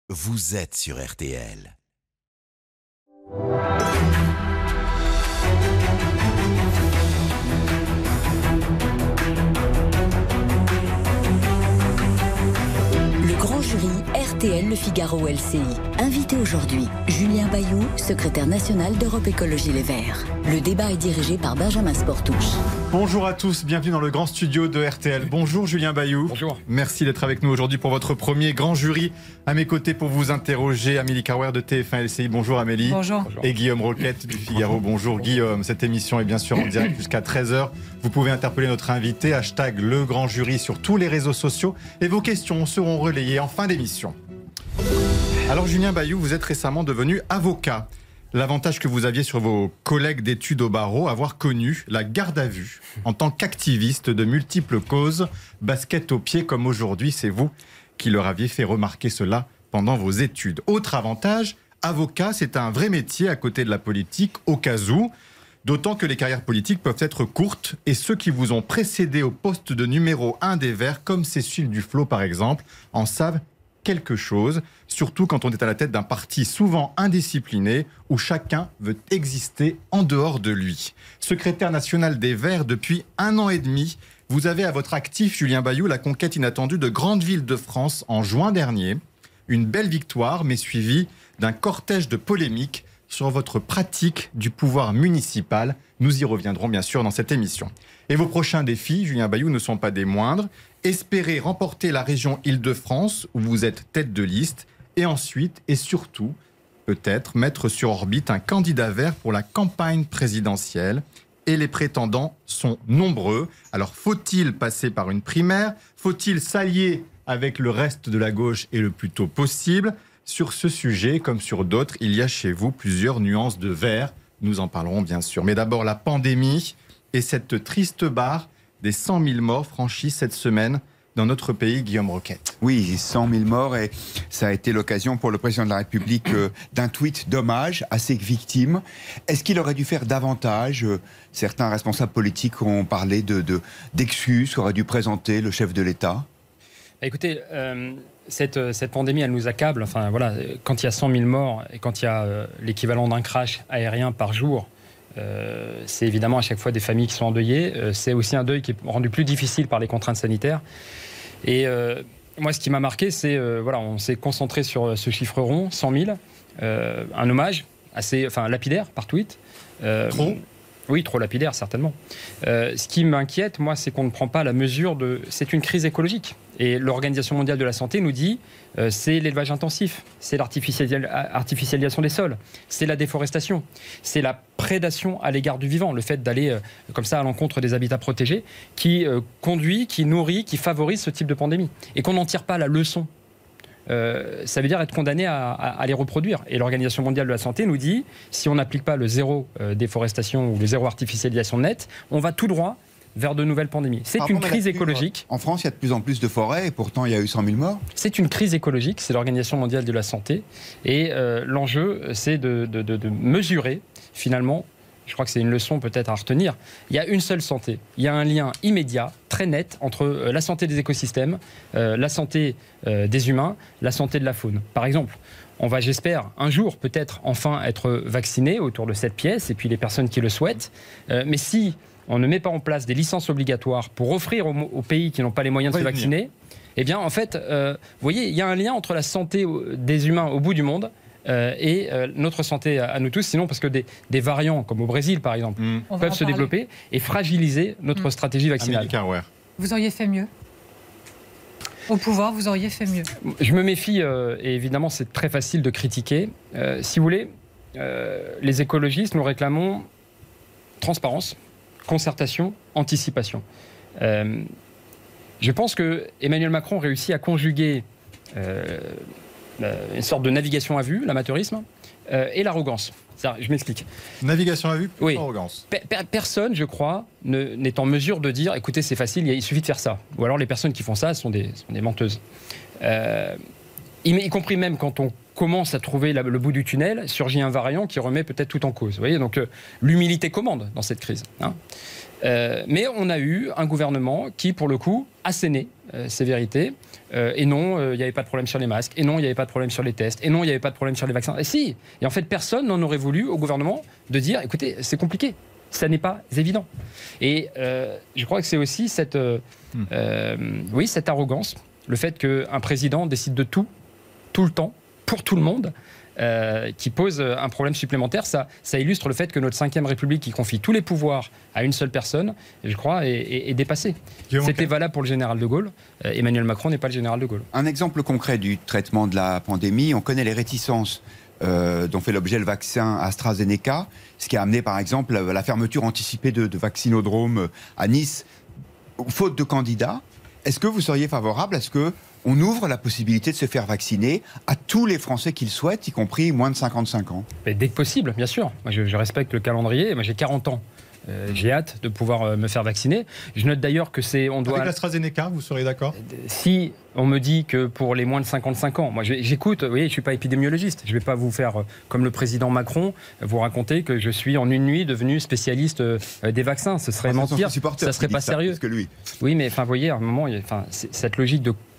vous êtes sur RTL. Le grand jury RTL Le Figaro LCI. Invité aujourd'hui, Julien Bayou, secrétaire national d'Europe Écologie Les Verts. Le débat est dirigé par Benjamin Sportouche. Bonjour à tous, bienvenue dans le grand studio de RTL. Bonjour Julien Bayou. Bonjour. Merci d'être avec nous aujourd'hui pour votre premier grand jury. À mes côtés pour vous interroger, Amélie Carwer de TF1 LCI. Bonjour Amélie. Bonjour. Et Guillaume Roquette du Figaro. Bonjour Guillaume. Cette émission est bien sûr en direct jusqu'à 13h. Vous pouvez interpeller notre invité, hashtag le grand jury sur tous les réseaux sociaux. Et vos questions seront relayées en fin d'émission. Alors Julien Bayou, vous êtes récemment devenu avocat. L'avantage que vous aviez sur vos collègues d'études au barreau, avoir connu la garde à vue en tant qu'activiste de multiples causes, basket aux pieds comme aujourd'hui, c'est vous qui leur aviez fait remarquer cela pendant vos études. Autre avantage, avocat, c'est un vrai métier à côté de la politique, au cas où, d'autant que les carrières politiques peuvent être courtes et ceux qui vous ont précédé au poste de numéro 1 des Verts, comme Cécile Duflot par exemple, en savent quelque chose, surtout quand on est à la tête d'un parti souvent indiscipliné où chacun veut exister en dehors de lui. Secrétaire national des Verts depuis 1 an et demi, vous avez à votre actif, Julien Bayou, la conquête inattendue de grandes villes de France en juin dernier. Une belle victoire, mais suivie d'un cortège de polémiques sur votre pratique du pouvoir municipal. Nous y reviendrons bien sûr dans cette émission. Et vos prochains défis, Julien Bayou, ne sont pas des moindres. Espérez remporter la région Île-de-France, où vous êtes tête de liste, et ensuite, et surtout, peut-être mettre sur orbite un candidat vert pour la campagne présidentielle. Et les prétendants sont nombreux. Alors, faut-il passer par une primaire? Faut-il s'allier avec le reste de la gauche et le plus tôt possible? Sur ce sujet, comme sur d'autres, il y a chez vous plusieurs nuances de vert. Nous en parlerons bien sûr. Mais d'abord, la pandémie et cette triste barre des 100 000 morts franchis cette semaine dans notre pays, Guillaume Roquette. Oui, 100 000 morts et ça a été l'occasion pour le président de la République d'un tweet d'hommage à ses victimes. Est-ce qu'il aurait dû faire davantage? Certains responsables politiques ont parlé d'excuses qu'aurait dû présenter le chef de l'État. Écoutez, cette pandémie, elle nous accable. Enfin, voilà, quand il y a 100 000 morts et quand il y a l'équivalent d'un crash aérien par jour, c'est évidemment à chaque fois des familles qui sont endeuillées. C'est aussi un deuil qui est rendu plus difficile par les contraintes sanitaires. Et moi, ce qui m'a marqué, c'est voilà, on s'est concentré sur ce chiffre rond, 100 000. Un hommage assez, lapidaire par tweet. Trop ? Oui, trop lapidaire, certainement. Ce qui m'inquiète, moi, c'est qu'on ne prend pas la mesure de... C'est une crise écologique. Et l'Organisation mondiale de la santé nous dit c'est l'élevage intensif, c'est l'artificialisation des sols, c'est la déforestation, c'est la prédation à l'égard du vivant, le fait d'aller comme ça à l'encontre des habitats protégés qui conduit, qui nourrit, qui favorise ce type de pandémie. Et qu'on n'en tire pas la leçon. Ça veut dire être condamné à les reproduire. Et l'Organisation mondiale de la santé nous dit, si on n'applique pas le zéro déforestation ou le zéro artificialisation nette, on va tout droit vers de nouvelles pandémies. C'est une crise écologique. En France, il y a de plus en plus de forêts et pourtant il y a eu 100 000 morts. C'est une crise écologique, c'est l'Organisation mondiale de la santé. Et l'enjeu, c'est de mesurer, finalement, je crois que c'est une leçon peut-être à retenir, il y a une seule santé. Il y a un lien immédiat, très net, entre la santé des écosystèmes, la santé des humains, la santé de la faune. Par exemple, on va, j'espère, un jour peut-être enfin être vacciné autour de cette pièce, et puis les personnes qui le souhaitent. Mais si on ne met pas en place des licences obligatoires pour offrir aux pays qui n'ont pas les moyens de se vacciner, eh bien, en fait, vous voyez, il y a un lien entre la santé des humains au bout du monde et notre santé à nous tous. Sinon, parce que des variants, comme au Brésil, par exemple, peuvent se développer et fragiliser notre stratégie vaccinale. Vous auriez fait mieux. Au pouvoir, vous auriez fait mieux. Je me méfie, et évidemment, c'est très facile de critiquer. Si vous voulez, les écologistes, nous réclamons transparence, concertation, anticipation. Je pense que Emmanuel Macron réussit à conjuguer une sorte de navigation à vue, l'amateurisme, et l'arrogance. Je m'explique. Navigation à vue, oui. Arrogance. Personne, je crois, n'est en mesure de dire, écoutez, c'est facile, il suffit de faire ça. Ou alors les personnes qui font ça sont des menteuses. Y compris même quand on commence à trouver le bout du tunnel, surgit un variant qui remet peut-être tout en cause. Vous voyez, donc l'humilité commande dans cette crise. Mais on a eu un gouvernement qui, pour le coup, assénait ces vérités. Et non, il n'y avait pas de problème sur les masques. Et non, il n'y avait pas de problème sur les tests. Et non, il n'y avait pas de problème sur les vaccins. Et si. Et en fait, personne n'en aurait voulu au gouvernement de dire, écoutez, c'est compliqué. Ça n'est pas évident. Et je crois que c'est aussi cette arrogance, le fait qu'un président décide de tout le temps, pour tout le monde, qui pose un problème supplémentaire. Ça illustre le fait que notre 5e République, qui confie tous les pouvoirs à une seule personne, je crois, est dépassée. C'était valable pour le général de Gaulle. Emmanuel Macron n'est pas le général de Gaulle. Un exemple concret du traitement de la pandémie, on connaît les réticences dont fait l'objet le vaccin AstraZeneca, ce qui a amené par exemple la fermeture anticipée de vaccinodromes à Nice, faute de candidats. Est-ce que vous seriez favorable à ce qu'on ouvre la possibilité de se faire vacciner à tous les Français qui le souhaitent, y compris moins de 55 ans? Mais dès que possible, bien sûr. Moi, je respecte le calendrier. Moi, j'ai 40 ans. J'ai hâte de pouvoir me faire vacciner. Je note d'ailleurs que Avec l'AstraZeneca, vous serez d'accord? Si on me dit que pour les moins de 55 ans, moi j'écoute, vous voyez, je ne suis pas épidémiologiste. Je ne vais pas vous faire, comme le président Macron, vous raconter que je suis en une nuit devenu spécialiste des vaccins. Ce serait mentir, ça ne serait pas sérieux. Que lui. Oui, mais vous voyez, à un moment, cette logique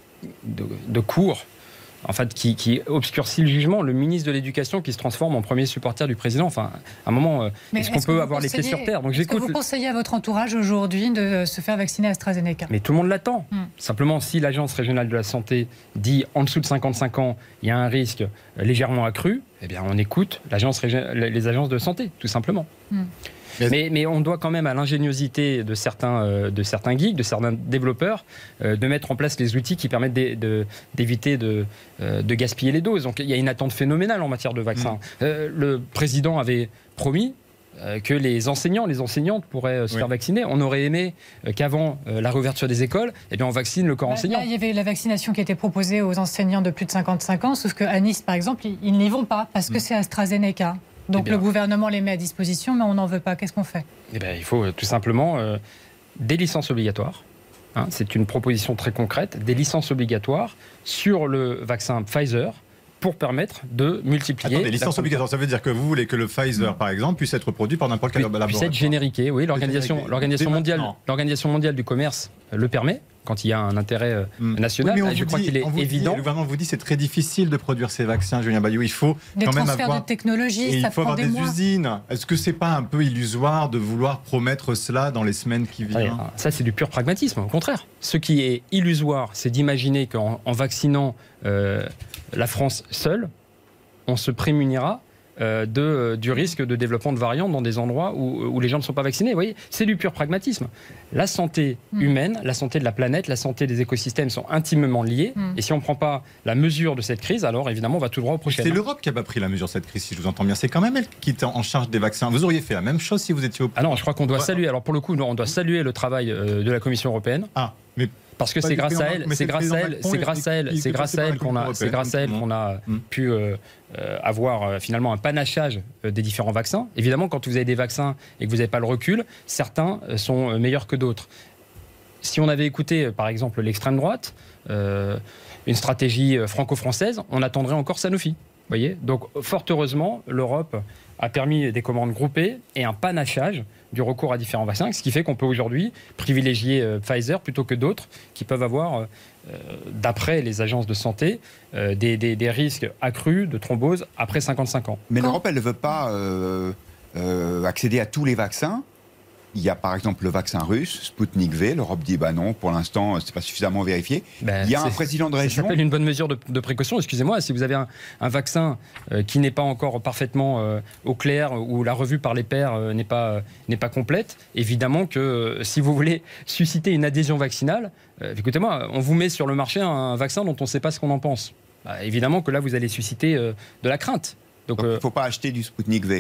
de cours, en fait, qui obscurcit le jugement, le ministre de l'Éducation qui se transforme en premier supporter du président. Enfin, à un moment, est-ce qu'on peut avoir les pieds sur terre? Donc, est-ce que vous conseillez à votre entourage aujourd'hui de se faire vacciner AstraZeneca? Mais tout le monde l'attend. Simplement, si l'Agence régionale de la santé dit en dessous de 55 ans, il y a un risque légèrement accru, eh bien, on écoute les agences de santé, tout simplement. Mais on doit quand même à l'ingéniosité de certains geeks, de certains développeurs, de mettre en place les outils qui permettent d'éviter de gaspiller les doses. Donc il y a une attente phénoménale en matière de vaccins. Le président avait promis que les enseignantes pourraient se faire vacciner. On aurait aimé qu'avant la réouverture des écoles, eh bien, on vaccine le corps enseignant. Là, il y avait la vaccination qui était proposée aux enseignants de plus de 55 ans, sauf qu'à Nice, par exemple, ils n'y vont pas parce que c'est AstraZeneca. Donc le gouvernement les met à disposition, mais on n'en veut pas. Qu'est-ce qu'on fait? Il faut tout simplement des licences obligatoires. C'est une proposition très concrète. Des licences obligatoires sur le vaccin Pfizer pour permettre de multiplier... Attends, des licences obligatoires, ça veut dire que vous voulez que le Pfizer, par exemple, puisse être produit par n'importe quel laboratoire? Puisse être génériqué, oui. L'Organisation mondiale du commerce le permet, quand il y a un intérêt national. Oui, je crois qu'il est évident. Le gouvernement vous dit que c'est très difficile de produire ces vaccins, Julien Bayou. Il faut des quand même transferts avoir de technologie, ça prend des mois. Usines. Est-ce que c'est pas un peu illusoire de vouloir promettre cela dans les semaines qui viennent? Ça, c'est du pur pragmatisme. Au contraire, ce qui est illusoire, c'est d'imaginer qu'en vaccinant la France seule, on se prémunira du risque de développement de variants dans des endroits où les gens ne sont pas vaccinés. Vous voyez, c'est du pur pragmatisme. La santé humaine, la santé de la planète, la santé des écosystèmes sont intimement liées. Et si on ne prend pas la mesure de cette crise, alors évidemment, on va tout droit au prochain. C'est l'Europe qui n'a pas pris la mesure de cette crise, si je vous entends bien. C'est quand même elle qui est en charge des vaccins. Vous auriez fait la même chose si vous étiez au pouvoir? Ah non, je crois qu'on doit saluer. Alors pour le coup, on doit saluer le travail de la Commission européenne. Mais parce que c'est grâce à elle qu'on a pu avoir finalement un panachage des différents vaccins. Évidemment, quand vous avez des vaccins et que vous n'avez pas le recul, certains sont meilleurs que d'autres. Si on avait écouté, par exemple, l'extrême droite, une stratégie franco-française, on attendrait encore Sanofi. Voyez, donc, fort heureusement, l'Europe a permis des commandes groupées et un panachage du recours à différents vaccins, ce qui fait qu'on peut aujourd'hui privilégier Pfizer plutôt que d'autres qui peuvent avoir, d'après les agences de santé, des risques accrus de thrombose après 55 ans. Mais l'Europe, elle ne veut pas accéder à tous les vaccins. Il y a par exemple le vaccin russe, Sputnik V. L'Europe dit non, pour l'instant, c'est pas suffisamment vérifié. Il y a un président de région. Ça s'appelle une bonne mesure de précaution. Excusez-moi, si vous avez un vaccin qui n'est pas encore parfaitement au clair ou la revue par les pairs n'est pas complète, évidemment que si vous voulez susciter une adhésion vaccinale, écoutez-moi, on vous met sur le marché un vaccin dont on ne sait pas ce qu'on en pense. Évidemment que là, vous allez susciter de la crainte. Donc il ne faut pas acheter du Sputnik V.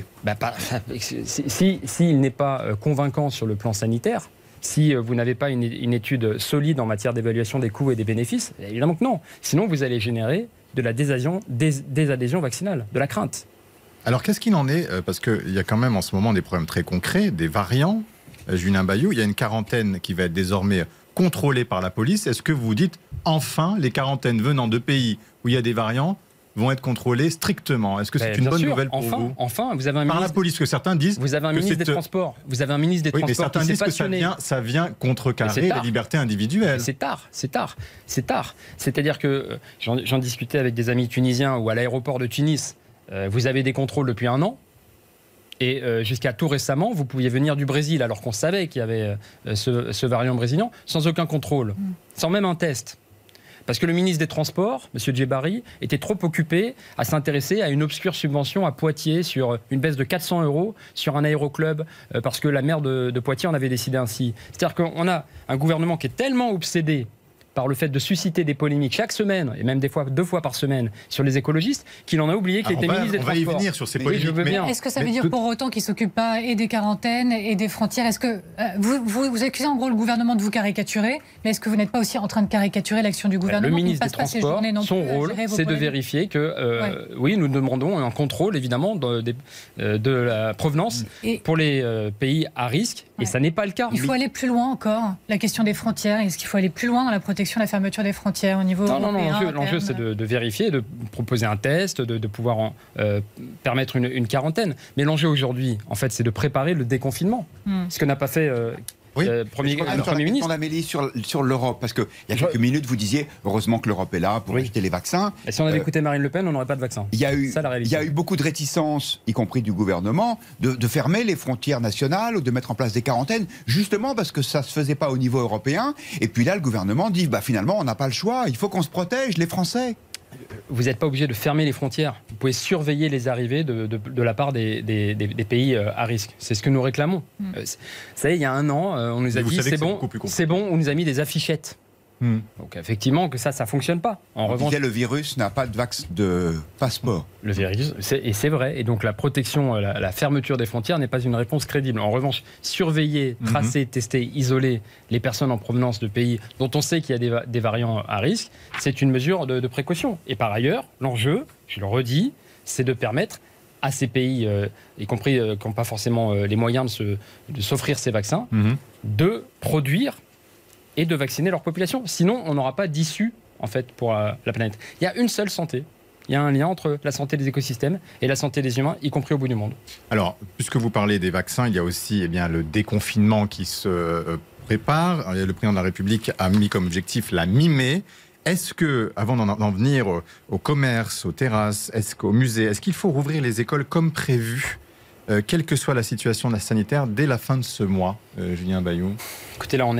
S'il n'est pas convaincant sur le plan sanitaire, si vous n'avez pas une étude solide en matière d'évaluation des coûts et des bénéfices, évidemment que non. Sinon, vous allez générer de la désadhésion vaccinale, de la crainte. Alors qu'est-ce qu'il en est? Parce qu'il y a quand même en ce moment des problèmes très concrets, des variants. Julien Bayou, il y a une quarantaine qui va être désormais contrôlée par la police. Est-ce que vous vous dites, enfin, les quarantaines venant de pays où il y a des variants vont être contrôlés strictement. Est-ce que c'est une bonne nouvelle pour vous? Enfin, vous avez un Par ministre... la police, que certains disent... Vous avez un ministre des Transports. Vous avez un ministre des Transports mais certains qui s'est disent passionné. que ça vient contrecarrer la liberté individuelle. C'est tard. C'est-à-dire que j'en discutais avec des amis tunisiens ou à l'aéroport de Tunis, vous avez des contrôles depuis 1 an. Et jusqu'à tout récemment, vous pouviez venir du Brésil, alors qu'on savait qu'il y avait ce variant brésilien, sans aucun contrôle, sans même un test. Parce que le ministre des Transports, M. Djebari, était trop occupé à s'intéresser à une obscure subvention à Poitiers sur une baisse de 400 € sur un aéroclub, parce que la maire de Poitiers en avait décidé ainsi. C'est-à-dire qu'on a un gouvernement qui est tellement obsédé par le fait de susciter des polémiques chaque semaine, et même des fois 2 fois par semaine, sur les écologistes, qu'il en a oublié qu'il était ministre des Transports. On va y venir sur ces polémiques. Est-ce que ça veut dire pour autant qu'il ne s'occupe pas et des quarantaines et des frontières? Est-ce que vous accusez en gros le gouvernement de vous caricaturer, mais est-ce que vous n'êtes pas aussi en train de caricaturer l'action du gouvernement? Le ministre des Transports, son rôle, c'est de vérifier que, oui, nous demandons un contrôle, évidemment, de la provenance pour les pays à risque, et ça n'est pas le cas. Il faut aller plus loin encore, la question des frontières. Est-ce qu'il faut aller plus loin dans la protection de la fermeture des frontières au niveau européen? Non, l'enjeu c'est de vérifier, de proposer un test, de pouvoir permettre une quarantaine. Mais l'enjeu aujourd'hui, en fait, c'est de préparer le déconfinement. Ce que n'a pas fait... le Premier ministre. D'Amélie sur l'Europe, parce qu'il y a quelques minutes, vous disiez heureusement que l'Europe est là pour acheter les vaccins. Et si on avait écouté Marine Le Pen, on n'aurait pas de vaccin. Il y a eu beaucoup de réticences, y compris du gouvernement, de fermer les frontières nationales ou de mettre en place des quarantaines, justement parce que ça ne se faisait pas au niveau européen. Et puis là, le gouvernement dit finalement, on n'a pas le choix, il faut qu'on se protège, les Français. Vous n'êtes pas obligé de fermer les frontières. Vous pouvez surveiller les arrivées de la part des pays à risque. C'est ce que nous réclamons. Vous savez, il y a 1 an, on nous a dit c'est bon, on nous a mis des affichettes. Donc effectivement, que ça ne fonctionne pas. En revanche, le virus n'a pas de passeport. Le virus, et c'est vrai. Et donc la protection, la fermeture des frontières n'est pas une réponse crédible. En revanche, surveiller, tracer, tester, isoler les personnes en provenance de pays dont on sait qu'il y a des variants à risque, c'est une mesure de précaution. Et par ailleurs, l'enjeu, je le redis, c'est de permettre à ces pays, y compris qui n'ont pas forcément les moyens de s'offrir ces vaccins, de produire et de vacciner leur population. Sinon, on n'aura pas d'issue, en fait, pour la planète. Il y a une seule santé. Il y a un lien entre la santé des écosystèmes et la santé des humains, y compris au bout du monde. Alors, puisque vous parlez des vaccins, il y a aussi le déconfinement qui se prépare. Le président de la République a mis comme objectif la mi-mai. Est-ce que, avant d'en venir au commerce, aux terrasses, qu'au musée, est-ce qu'il faut rouvrir les écoles comme prévu, quelle que soit la situation sanitaire, dès la fin de ce mois, Julien Bayou? Écoutez, là, on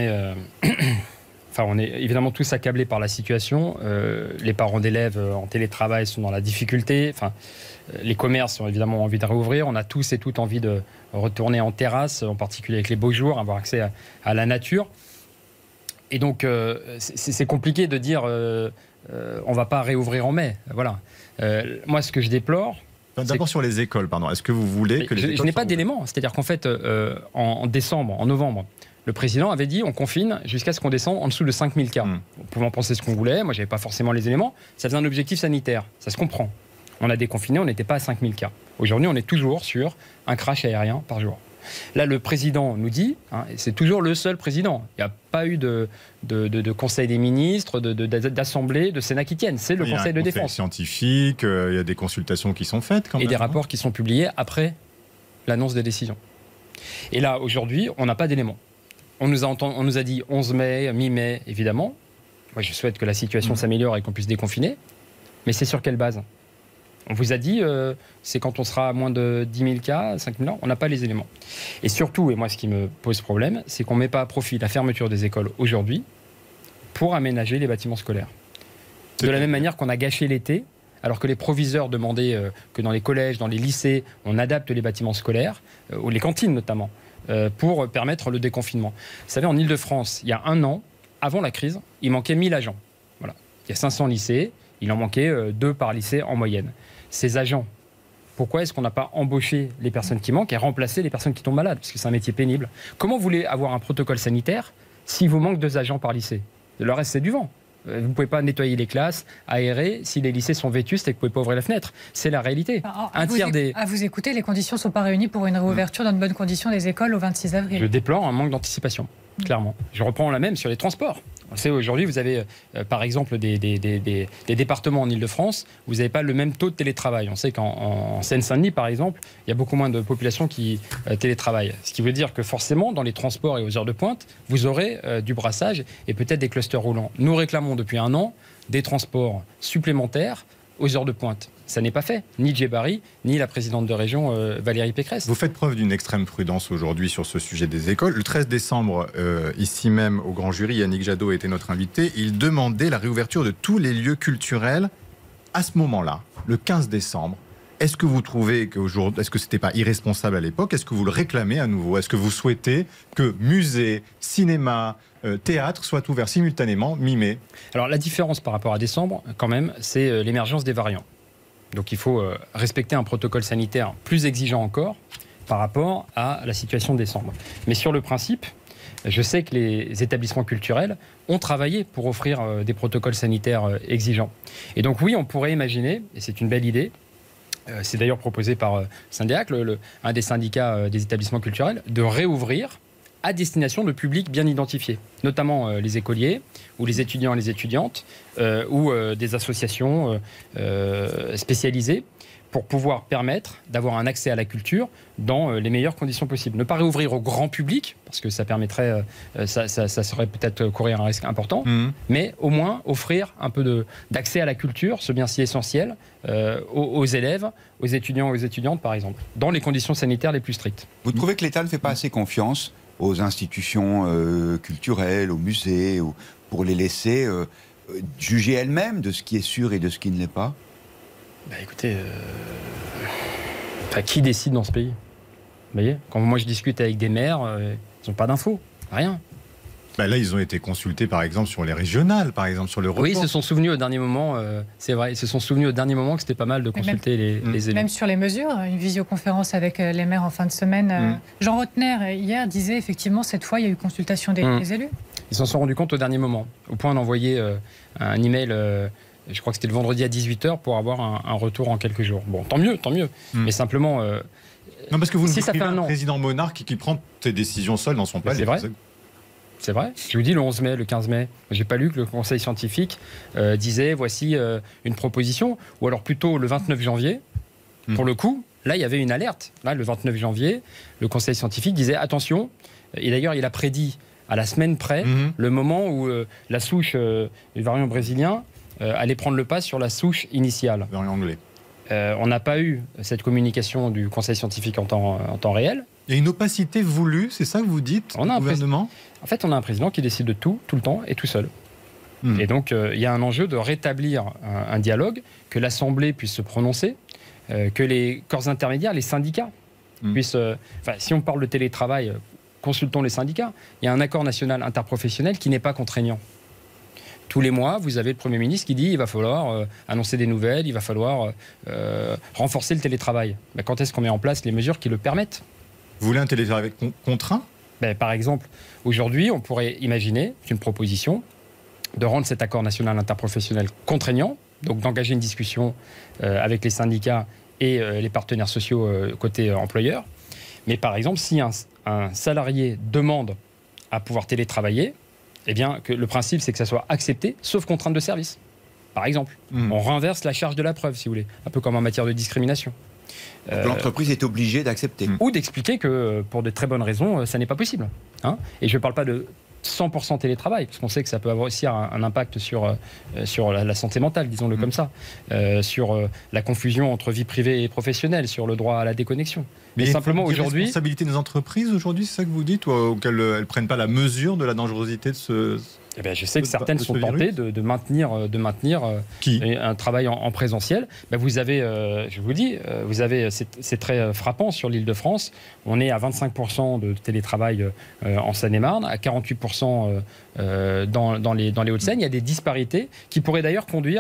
est évidemment tous accablés par la situation. Les parents d'élèves en télétravail sont dans la difficulté. Les commerces ont évidemment envie de réouvrir. On a tous et toutes envie de retourner en terrasse, en particulier avec les beaux jours, avoir accès à la nature. Et donc, c'est compliqué de dire on ne va pas réouvrir en mai. Voilà. Moi, ce que je déplore... D'abord sur les écoles, pardon. Est-ce que vous voulez que les écoles... Je n'ai pas d'éléments. C'est-à-dire qu'en fait, en décembre, en novembre, le président avait dit on confine jusqu'à ce qu'on descende en dessous de 5000 cas. On pouvait en penser ce qu'on voulait. Moi, je n'avais pas forcément les éléments. Ça faisait un objectif sanitaire. Ça se comprend. On a déconfiné, on n'était pas à 5000 cas. Aujourd'hui, on est toujours sur un crash aérien par jour. Là, le président nous dit, et c'est toujours le seul président, il n'y a pas eu de conseil des ministres, d'assemblée, de Sénat qui tiennent, c'est le conseil de défense. Il y a un conseil scientifique, il y a des consultations qui sont faites quand même. Et des rapports qui sont publiés après l'annonce des décisions. Et là, aujourd'hui, on n'a pas d'éléments. On nous a dit 11 mai, mi-mai, évidemment. Moi, je souhaite que la situation s'améliore et qu'on puisse déconfiner. Mais c'est sur quelle base ? On vous a dit, c'est quand on sera à moins de 10 000 cas, 5 000 ans, on n'a pas les éléments. Et surtout, et moi ce qui me pose problème, c'est qu'on ne met pas à profit la fermeture des écoles aujourd'hui pour aménager les bâtiments scolaires. De la même manière qu'on a gâché l'été, alors que les proviseurs demandaient que dans les collèges, dans les lycées, on adapte les bâtiments scolaires, ou les cantines notamment, pour permettre le déconfinement. Vous savez, en Ile-de-France, il y a 1 an, avant la crise, il manquait 1000 agents. Voilà. Il y a 500 lycées, il en manquait 2 par lycée en moyenne. Ces agents, pourquoi est-ce qu'on n'a pas embauché les personnes qui manquent et remplacé les personnes qui tombent malades? Parce que c'est un métier pénible. Comment vous voulez avoir un protocole sanitaire s'il vous manque 2 agents par lycée? Le reste, c'est du vent. Vous ne pouvez pas nettoyer les classes, aérer, si les lycées sont vétustes et que vous ne pouvez pas ouvrir la fenêtre. C'est la réalité. À vous écouter, les conditions ne sont pas réunies pour une réouverture dans de bonnes conditions des écoles au 26 avril. Je déplore un manque d'anticipation. Clairement. Je reprends la même sur les transports. Vous savez, aujourd'hui, vous avez par exemple des départements en Ile-de-France, vous n'avez pas le même taux de télétravail. On sait qu'en Seine-Saint-Denis, par exemple, il y a beaucoup moins de population qui télétravaille. Ce qui veut dire que forcément, dans les transports et aux heures de pointe, vous aurez du brassage et peut-être des clusters roulants. Nous réclamons depuis 1 an des transports supplémentaires aux heures de pointe. Ça n'est pas fait, ni Djebari, ni la présidente de région Valérie Pécresse. Vous faites preuve d'une extrême prudence aujourd'hui sur ce sujet des écoles. Le 13 décembre, ici même au Grand Jury, Yannick Jadot était notre invité. Il demandait la réouverture de tous les lieux culturels à ce moment-là, le 15 décembre. Est-ce que vous trouvez qu'aujourd'hui, est-ce que c'était pas irresponsable à l'époque? Est-ce que vous le réclamez à nouveau? Est-ce que vous souhaitez que musées, cinéma, théâtre soient ouverts simultanément mi-mai? Alors la différence par rapport à décembre, quand même, c'est l'émergence des variants. Donc il faut respecter un protocole sanitaire plus exigeant encore par rapport à la situation de décembre. Mais sur le principe, je sais que les établissements culturels ont travaillé pour offrir des protocoles sanitaires exigeants. Et donc oui, on pourrait imaginer, et c'est une belle idée, c'est d'ailleurs proposé par Syndiac, un des syndicats des établissements culturels, de réouvrir à destination de publics bien identifiés, notamment les écoliers ou les étudiants et les étudiantes ou des associations spécialisées pour pouvoir permettre d'avoir un accès à la culture dans les meilleures conditions possibles. Ne pas réouvrir au grand public, parce que ça permettrait, ça serait peut-être courir un risque important, mais au moins offrir un peu d'accès à la culture, ce bien si essentiel, aux élèves, aux étudiants et aux étudiantes, par exemple, dans les conditions sanitaires les plus strictes. Vous trouvez que l'État ne fait pas assez confiance aux institutions culturelles, aux musées, pour les laisser juger elles-mêmes de ce qui est sûr et de ce qui ne l'est pas? Écoutez, qui décide dans ce pays? Vous voyez, quand moi je discute avec des maires, ils n'ont pas d'infos, rien. Là, ils ont été consultés, par exemple, sur les régionales, par exemple, sur le report. Oui, ils se sont souvenus au dernier moment, c'est vrai, ils se sont souvenus au dernier moment que c'était pas mal de consulter les élus. Même sur les mesures, une visioconférence avec les maires en fin de semaine. Jean Rotner, hier, disait effectivement, cette fois, il y a eu consultation des élus. Ils s'en sont rendus compte au dernier moment, au point d'envoyer un email, je crois que c'était le vendredi à 18h, pour avoir un retour en quelques jours. Bon, tant mieux. Mais simplement... non, parce que vous nous un président monarque qui prend ses décisions seul dans son palais. C'est vrai. C'est vrai. Je vous dis le 11 mai, le 15 mai. J'ai pas lu que le conseil scientifique disait voici une proposition, ou alors plutôt le 29 janvier. Pour le coup, là il y avait une alerte. Là, le 29 janvier, le conseil scientifique disait attention. Et d'ailleurs, il a prédit à la semaine près le moment où la souche du variant brésilien allait prendre le pas sur la souche initiale. Variant anglais. On n'a pas eu cette communication du conseil scientifique en temps réel. Il y a une opacité voulue, c'est ça que vous dites, au gouvernement ? En fait, on a un président qui décide de tout le temps et tout seul. Et donc, il y a un enjeu de rétablir un dialogue, que l'Assemblée puisse se prononcer, que les corps intermédiaires, les syndicats, puissent... si on parle de télétravail, consultons les syndicats. Il y a un accord national interprofessionnel qui n'est pas contraignant. Tous les mois, vous avez le Premier ministre qui dit il va falloir annoncer des nouvelles, il va falloir renforcer le télétravail. Quand est-ce qu'on met en place les mesures qui le permettent ? Vous voulez un télétravail contraint ? Par exemple, aujourd'hui, on pourrait imaginer une proposition de rendre cet accord national interprofessionnel contraignant, donc d'engager une discussion avec les syndicats et les partenaires sociaux côté employeur. Mais par exemple, si un salarié demande à pouvoir télétravailler, eh bien, que le principe, c'est que ça soit accepté, sauf contrainte de service. Par exemple, on renverse la charge de la preuve, si vous voulez, un peu comme en matière de discrimination. L'entreprise est obligée d'accepter. Ou d'expliquer que, pour de très bonnes raisons, ça n'est pas possible. Et je ne parle pas de 100% télétravail, parce qu'on sait que ça peut avoir aussi un impact sur la santé mentale, disons-le comme ça, sur la confusion entre vie privée et professionnelle, sur le droit à la déconnexion. Mais simplement aujourd'hui... La responsabilité des entreprises aujourd'hui, c'est ça que vous dites, ou qu'elles ne prennent pas la mesure de la dangerosité de ce... je sais que certaines sont tentées de maintenir un travail en présentiel. Vous avez, je vous dis, c'est très frappant sur l'Île-de-France. On est à 25% de télétravail en Seine-et-Marne, à 48% dans les Hauts-de-Seine. Il y a des disparités qui pourraient d'ailleurs conduire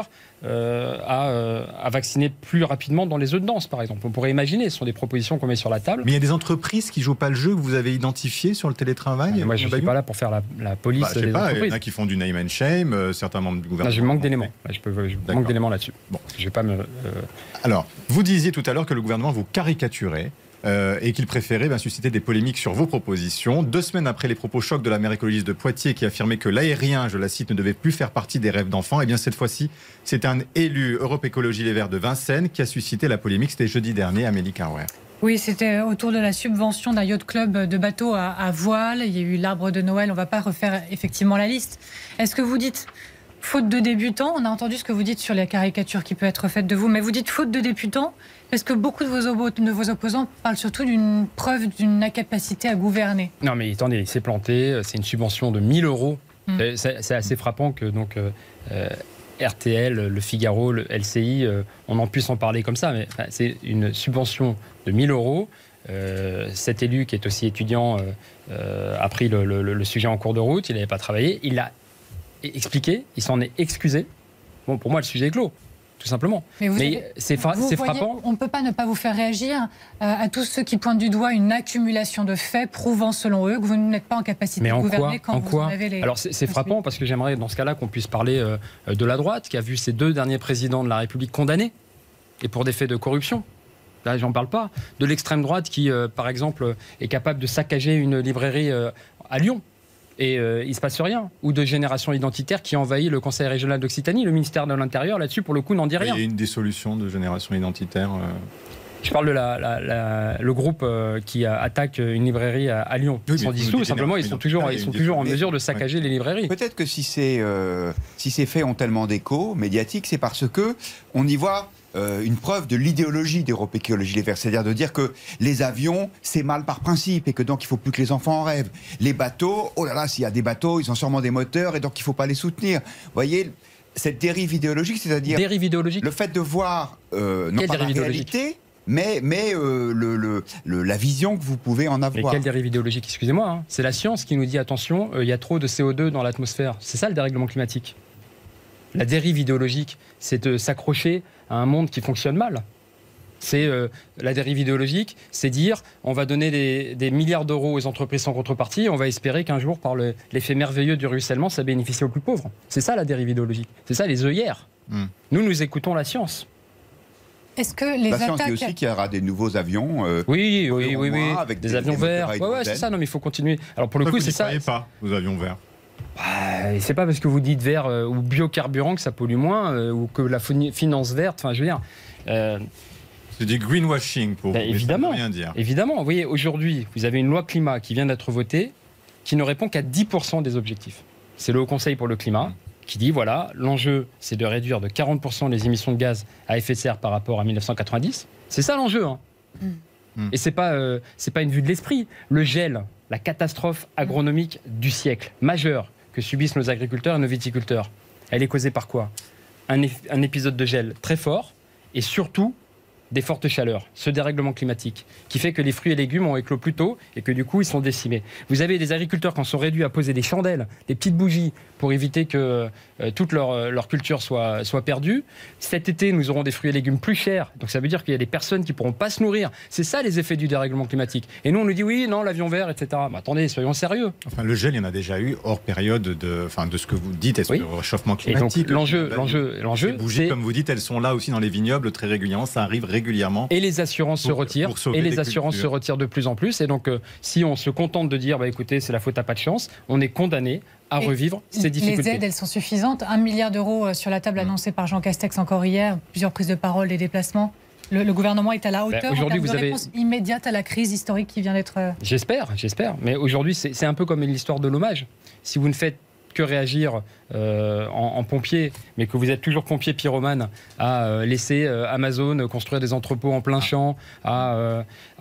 à vacciner plus rapidement dans les zones denses, par exemple. On pourrait imaginer, ce sont des propositions qu'on met sur la table. Mais il y a des entreprises qui ne jouent pas le jeu que vous avez identifié sur le télétravail. Moi, je ne suis pas là pour faire la police des entreprises. Il y en a qui font du name and shame, certains membres du gouvernement. Je manque d'éléments. Je manque d'éléments là-dessus. Bon. Je vais pas me... Alors, vous disiez tout à l'heure que le gouvernement vous caricaturait. et qu'il préférait susciter des polémiques sur vos propositions. 2 semaines après les propos chocs de la maire écologiste de Poitiers qui affirmait que l'aérien, je la cite, ne devait plus faire partie des rêves d'enfants, et bien cette fois-ci, c'est un élu Europe Écologie Les Verts de Vincennes qui a suscité la polémique. C'était jeudi dernier, Amélie Carrouer. Oui, c'était autour de la subvention d'un yacht club de bateaux à voile. Il y a eu l'arbre de Noël. On ne va pas refaire effectivement la liste. Est-ce que vous dites faute de débutants? On a entendu ce que vous dites sur les caricatures qui peuvent être faites de vous, mais vous dites faute de débutants parce que beaucoup de vos opposants parlent surtout d'une preuve d'une incapacité à gouverner. Non mais attendez, il s'est planté. C'est une subvention de 1 000 euros. C'est assez frappant que donc RTL, Le Figaro, le LCI, on en puisse en parler comme ça, mais c'est une subvention de 1 000 euros. Cet élu, qui est aussi étudiant, a pris le sujet en cours de route, il n'avait pas travaillé, il l'a expliqué, il s'en est excusé. Bon, pour moi, le sujet est clos, tout simplement. Mais c'est frappant. On ne peut pas ne pas vous faire réagir à tous ceux qui pointent du doigt une accumulation de faits prouvant, selon eux, que vous n'êtes pas en capacité de gouverner quand vous en avez les... Alors c'est frappant parce que j'aimerais, dans ce cas-là, qu'on puisse parler de la droite, qui a vu ses 2 derniers présidents de la République condamnés, et pour des faits de corruption. Là, j'en parle pas. De l'extrême droite qui, par exemple, est capable de saccager une librairie à Lyon. Et il ne se passe rien. Ou de Génération Identitaire qui envahit le Conseil régional d'Occitanie. Le ministère de l'Intérieur, là-dessus, pour le coup, n'en dit rien. Il y a une dissolution de Génération Identitaire. Je parle de le groupe qui attaque une librairie à Lyon. Ils sont dissous, simplement, ils sont toujours en mesure de saccager les librairies. Peut-être que si ces faits ont tellement d'écho médiatique, c'est parce que on y voit une preuve de l'idéologie d'Europe Écologie Les Verts, c'est-à-dire de dire que les avions, c'est mal par principe et que donc il ne faut plus que les enfants en rêvent. Les bateaux, oh là là, s'il y a des bateaux, ils ont sûrement des moteurs et donc il ne faut pas les soutenir. Vous voyez, cette dérive idéologique, c'est-à-dire le fait de voir non pas la réalité, mais la vision que vous pouvez en avoir. Mais quelle dérive idéologique? Excusez-moi, hein. C'est la science qui nous dit attention, il y a trop de CO2 dans l'atmosphère. C'est ça le dérèglement climatique. La dérive idéologique, c'est de s'accrocher à un monde qui fonctionne mal. C'est la dérive idéologique, c'est dire on va donner des milliards d'euros aux entreprises sans contrepartie et on va espérer qu'un jour, par l'effet merveilleux du ruissellement, ça bénéficie aux plus pauvres. C'est ça la dérive idéologique. C'est ça les œillères. Nous écoutons la science. Est-ce que les la science dit aussi qu'il y aura des nouveaux avions. Oui, avec des avions verts. Ouais, c'est ça. Non, mais il faut continuer. Alors pour le coup, c'est ça. Vous ne croyez pas aux avions verts? C'est pas parce que vous dites vert ou biocarburant que ça pollue moins ou que la finance verte. Enfin, je veux dire. C'est du greenwashing pour vous. Évidemment. Rien dire. Évidemment. Vous voyez, aujourd'hui, vous avez une loi climat qui vient d'être votée, qui ne répond qu'à 10% des objectifs. C'est le Haut Conseil pour le climat qui dit voilà, l'enjeu, c'est de réduire de 40% les émissions de gaz à effet de serre par rapport à 1990. C'est ça l'enjeu. Hein. Et c'est pas une vue de l'esprit. Le gel, la catastrophe agronomique du siècle, majeure, que subissent nos agriculteurs et nos viticulteurs, elle est causée par quoi? Un épisode de gel très fort et surtout des fortes chaleurs, ce dérèglement climatique qui fait que les fruits et légumes ont éclos plus tôt et que du coup ils sont décimés. Vous avez des agriculteurs qui en sont réduits à poser des chandelles, des petites bougies pour éviter que toute leur culture soit perdue. Cet été, nous aurons des fruits et légumes plus chers, donc ça veut dire qu'il y a des personnes qui ne pourront pas se nourrir. C'est ça les effets du dérèglement climatique. Et nous on nous dit oui, non, l'avion vert, etc. Mais attendez, soyons sérieux. Enfin, le gel, il y en a déjà eu hors période de ce que vous dites, est-ce que le réchauffement climatique. Et donc l'enjeu, les bougies, comme vous dites, elles sont là aussi dans les vignobles très régulièrement, ça arrive régulièrement. Et les assurances se retirent, et les assurances se retirent de plus en plus. Et donc, si on se contente de dire, écoutez, c'est la faute à pas de chance, on est condamné à revivre ces difficultés. Les aides, elles sont suffisantes. 1 milliard d'euros sur la table annoncée par Jean Castex encore hier, plusieurs prises de parole, des déplacements. Le gouvernement est à la hauteur aujourd'hui, vous avez réponse immédiate à la crise historique qui vient d'être... J'espère. Mais aujourd'hui, c'est un peu comme l'histoire de l'hommage. Si vous ne faites que réagir en pompier, mais que vous êtes toujours pompier pyromane, à laisser Amazon construire des entrepôts en plein champ, à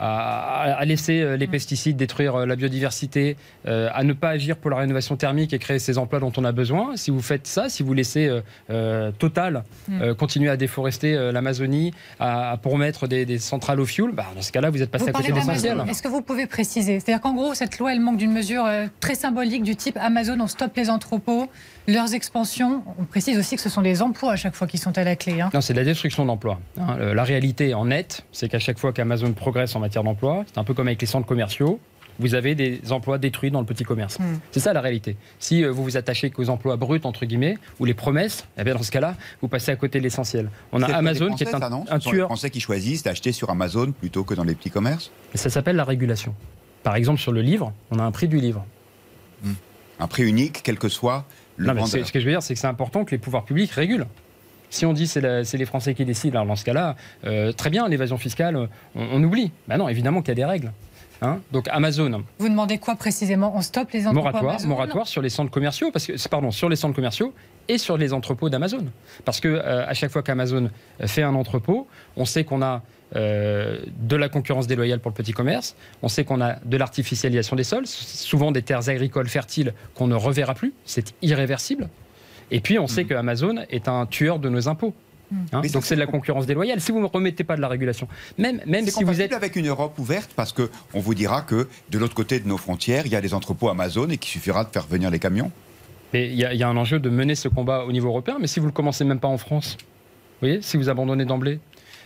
laisser les pesticides détruire la biodiversité, à ne pas agir pour la rénovation thermique et créer ces emplois dont on a besoin. Si vous faites ça, si vous laissez Total continuer à déforester l'Amazonie, pour mettre des centrales au fioul, dans ce cas-là, vous êtes passé à côté de l'essentiel. Est-ce que vous pouvez préciser? C'est-à-dire qu'en gros, cette loi, elle manque d'une mesure très symbolique du type Amazon, on stoppe les entrepôts, leurs expansions. On précise aussi que ce sont des emplois à chaque fois qui sont à la clé. Non, c'est de la destruction d'emplois. La réalité en net, c'est qu'à chaque fois qu'Amazon progresse en matière d'emploi, c'est un peu comme avec les centres commerciaux. vous avez des emplois détruits dans le petit commerce. C'est ça la réalité. Si vous vous attachez qu'aux emplois bruts, entre guillemets, ou les promesses, eh bien dans ce cas-là, vous passez à côté de l'essentiel. On a Amazon qui est un tueur. Les tueur. Français qui choisissent d'acheter sur Amazon plutôt que dans les petits commerces. Ça s'appelle la régulation. Par exemple, sur le livre, on a un prix du livre. Un prix unique, quel que soit le vendeur. Ce que je veux dire, c'est que c'est important que les pouvoirs publics régulent. Si on dit c'est les Français qui décident, alors dans ce cas-là, très bien, l'évasion fiscale, on oublie. Ben non, évidemment qu'il y a des règles. Donc Amazon. Vous demandez quoi précisément? On stoppe les entrepôts Amazon? Moratoire sur les centres commerciaux, sur les centres commerciaux et sur les entrepôts d'Amazon. Parce que à chaque fois qu'Amazon fait un entrepôt, on sait qu'on a de la concurrence déloyale pour le petit commerce, on sait qu'on a de l'artificialisation des sols, souvent des terres agricoles fertiles qu'on ne reverra plus, c'est irréversible. Et puis on sait que Amazon est un tueur de nos impôts. Donc c'est de la concurrence déloyale. Si vous ne remettez pas de la régulation, même si vous êtes avec une Europe ouverte, parce que on vous dira que de l'autre côté de nos frontières, il y a des entrepôts Amazon et qu'il suffira de faire venir les camions. Et il y a un enjeu de mener ce combat au niveau européen, mais si vous ne le commencez même pas en France, vous voyez, si vous abandonnez d'emblée.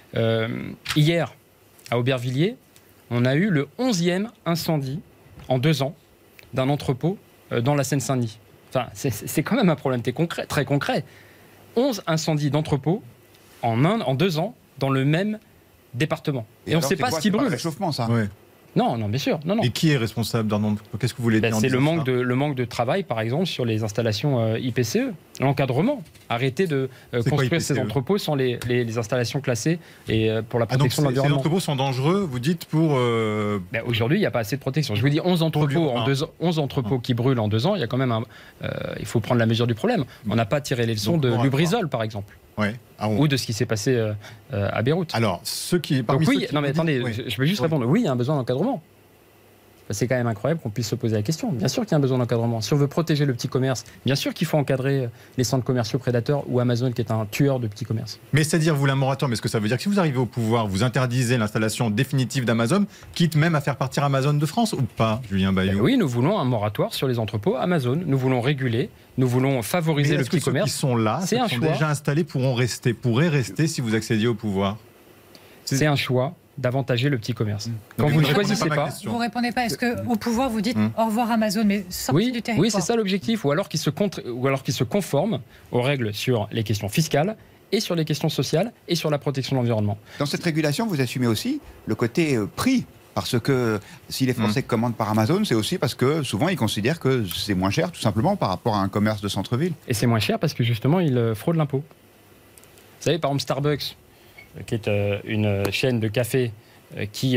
Hier, à Aubervilliers, on a eu le 11e incendie en 2 ans d'un entrepôt dans la Seine-Saint-Denis. Enfin, c'est quand même un problème très concret. 11 incendies d'entrepôts en 2 ans dans le même département. Et on ne sait pas ce qui brûle. C'est le réchauffement, ça. Ouais. Non, bien sûr. Non. Et qui est responsable d'un... Qu'est-ce que vous voulez dire? C'est le manque de travail, par exemple, sur les installations IPCE. L'encadrement. Arrêter de construire ces entrepôts sans les installations classées et pour la protection de l'environnement. Ces entrepôts sont dangereux, vous dites, pour... Aujourd'hui, il n'y a pas assez de protection. Je vous dis 11 entrepôts qui brûlent en 2 ans, il y a quand même il faut prendre la mesure du problème. On n'a pas tiré les leçons de Lubrizol, par exemple. Ouais. Ou de ce qui s'est passé à Beyrouth. Alors, ceux qui... Je veux juste répondre. Oui, il y a un besoin d'encadrement. C'est quand même incroyable qu'on puisse se poser la question. Bien sûr qu'il y a un besoin d'encadrement. Si on veut protéger le petit commerce, bien sûr qu'il faut encadrer les centres commerciaux prédateurs ou Amazon qui est un tueur de petits commerces. Mais c'est-à-dire, vous, la moratoire, mais est-ce que ça veut dire que si vous arrivez au pouvoir, vous interdisez l'installation définitive d'Amazon, quitte même à faire partir Amazon de France ou pas, Julien Bayou? Oui, nous voulons un moratoire sur les entrepôts Amazon. Nous voulons réguler, nous voulons favoriser le petit commerce. Ceux qui sont là, ceux qui sont déjà installés, pourraient rester si vous accédiez au pouvoir? C'est un choix d'avantager le petit commerce. Quand vous ne choisissez pas... Vous ne répondez pas. Est-ce qu'au pouvoir, vous dites au revoir Amazon, mais sortez du territoire? Oui, c'est ça l'objectif. Ou alors qu'ils se conforment aux règles sur les questions fiscales et sur les questions sociales et sur la protection de l'environnement. Dans cette régulation, vous assumez aussi le côté prix. Parce que si les Français commandent par Amazon, c'est aussi parce que souvent ils considèrent que c'est moins cher, tout simplement, par rapport à un commerce de centre-ville. Et c'est moins cher parce que justement, ils fraudent l'impôt. Vous savez, par exemple, Starbucks, qui est une chaîne de café qui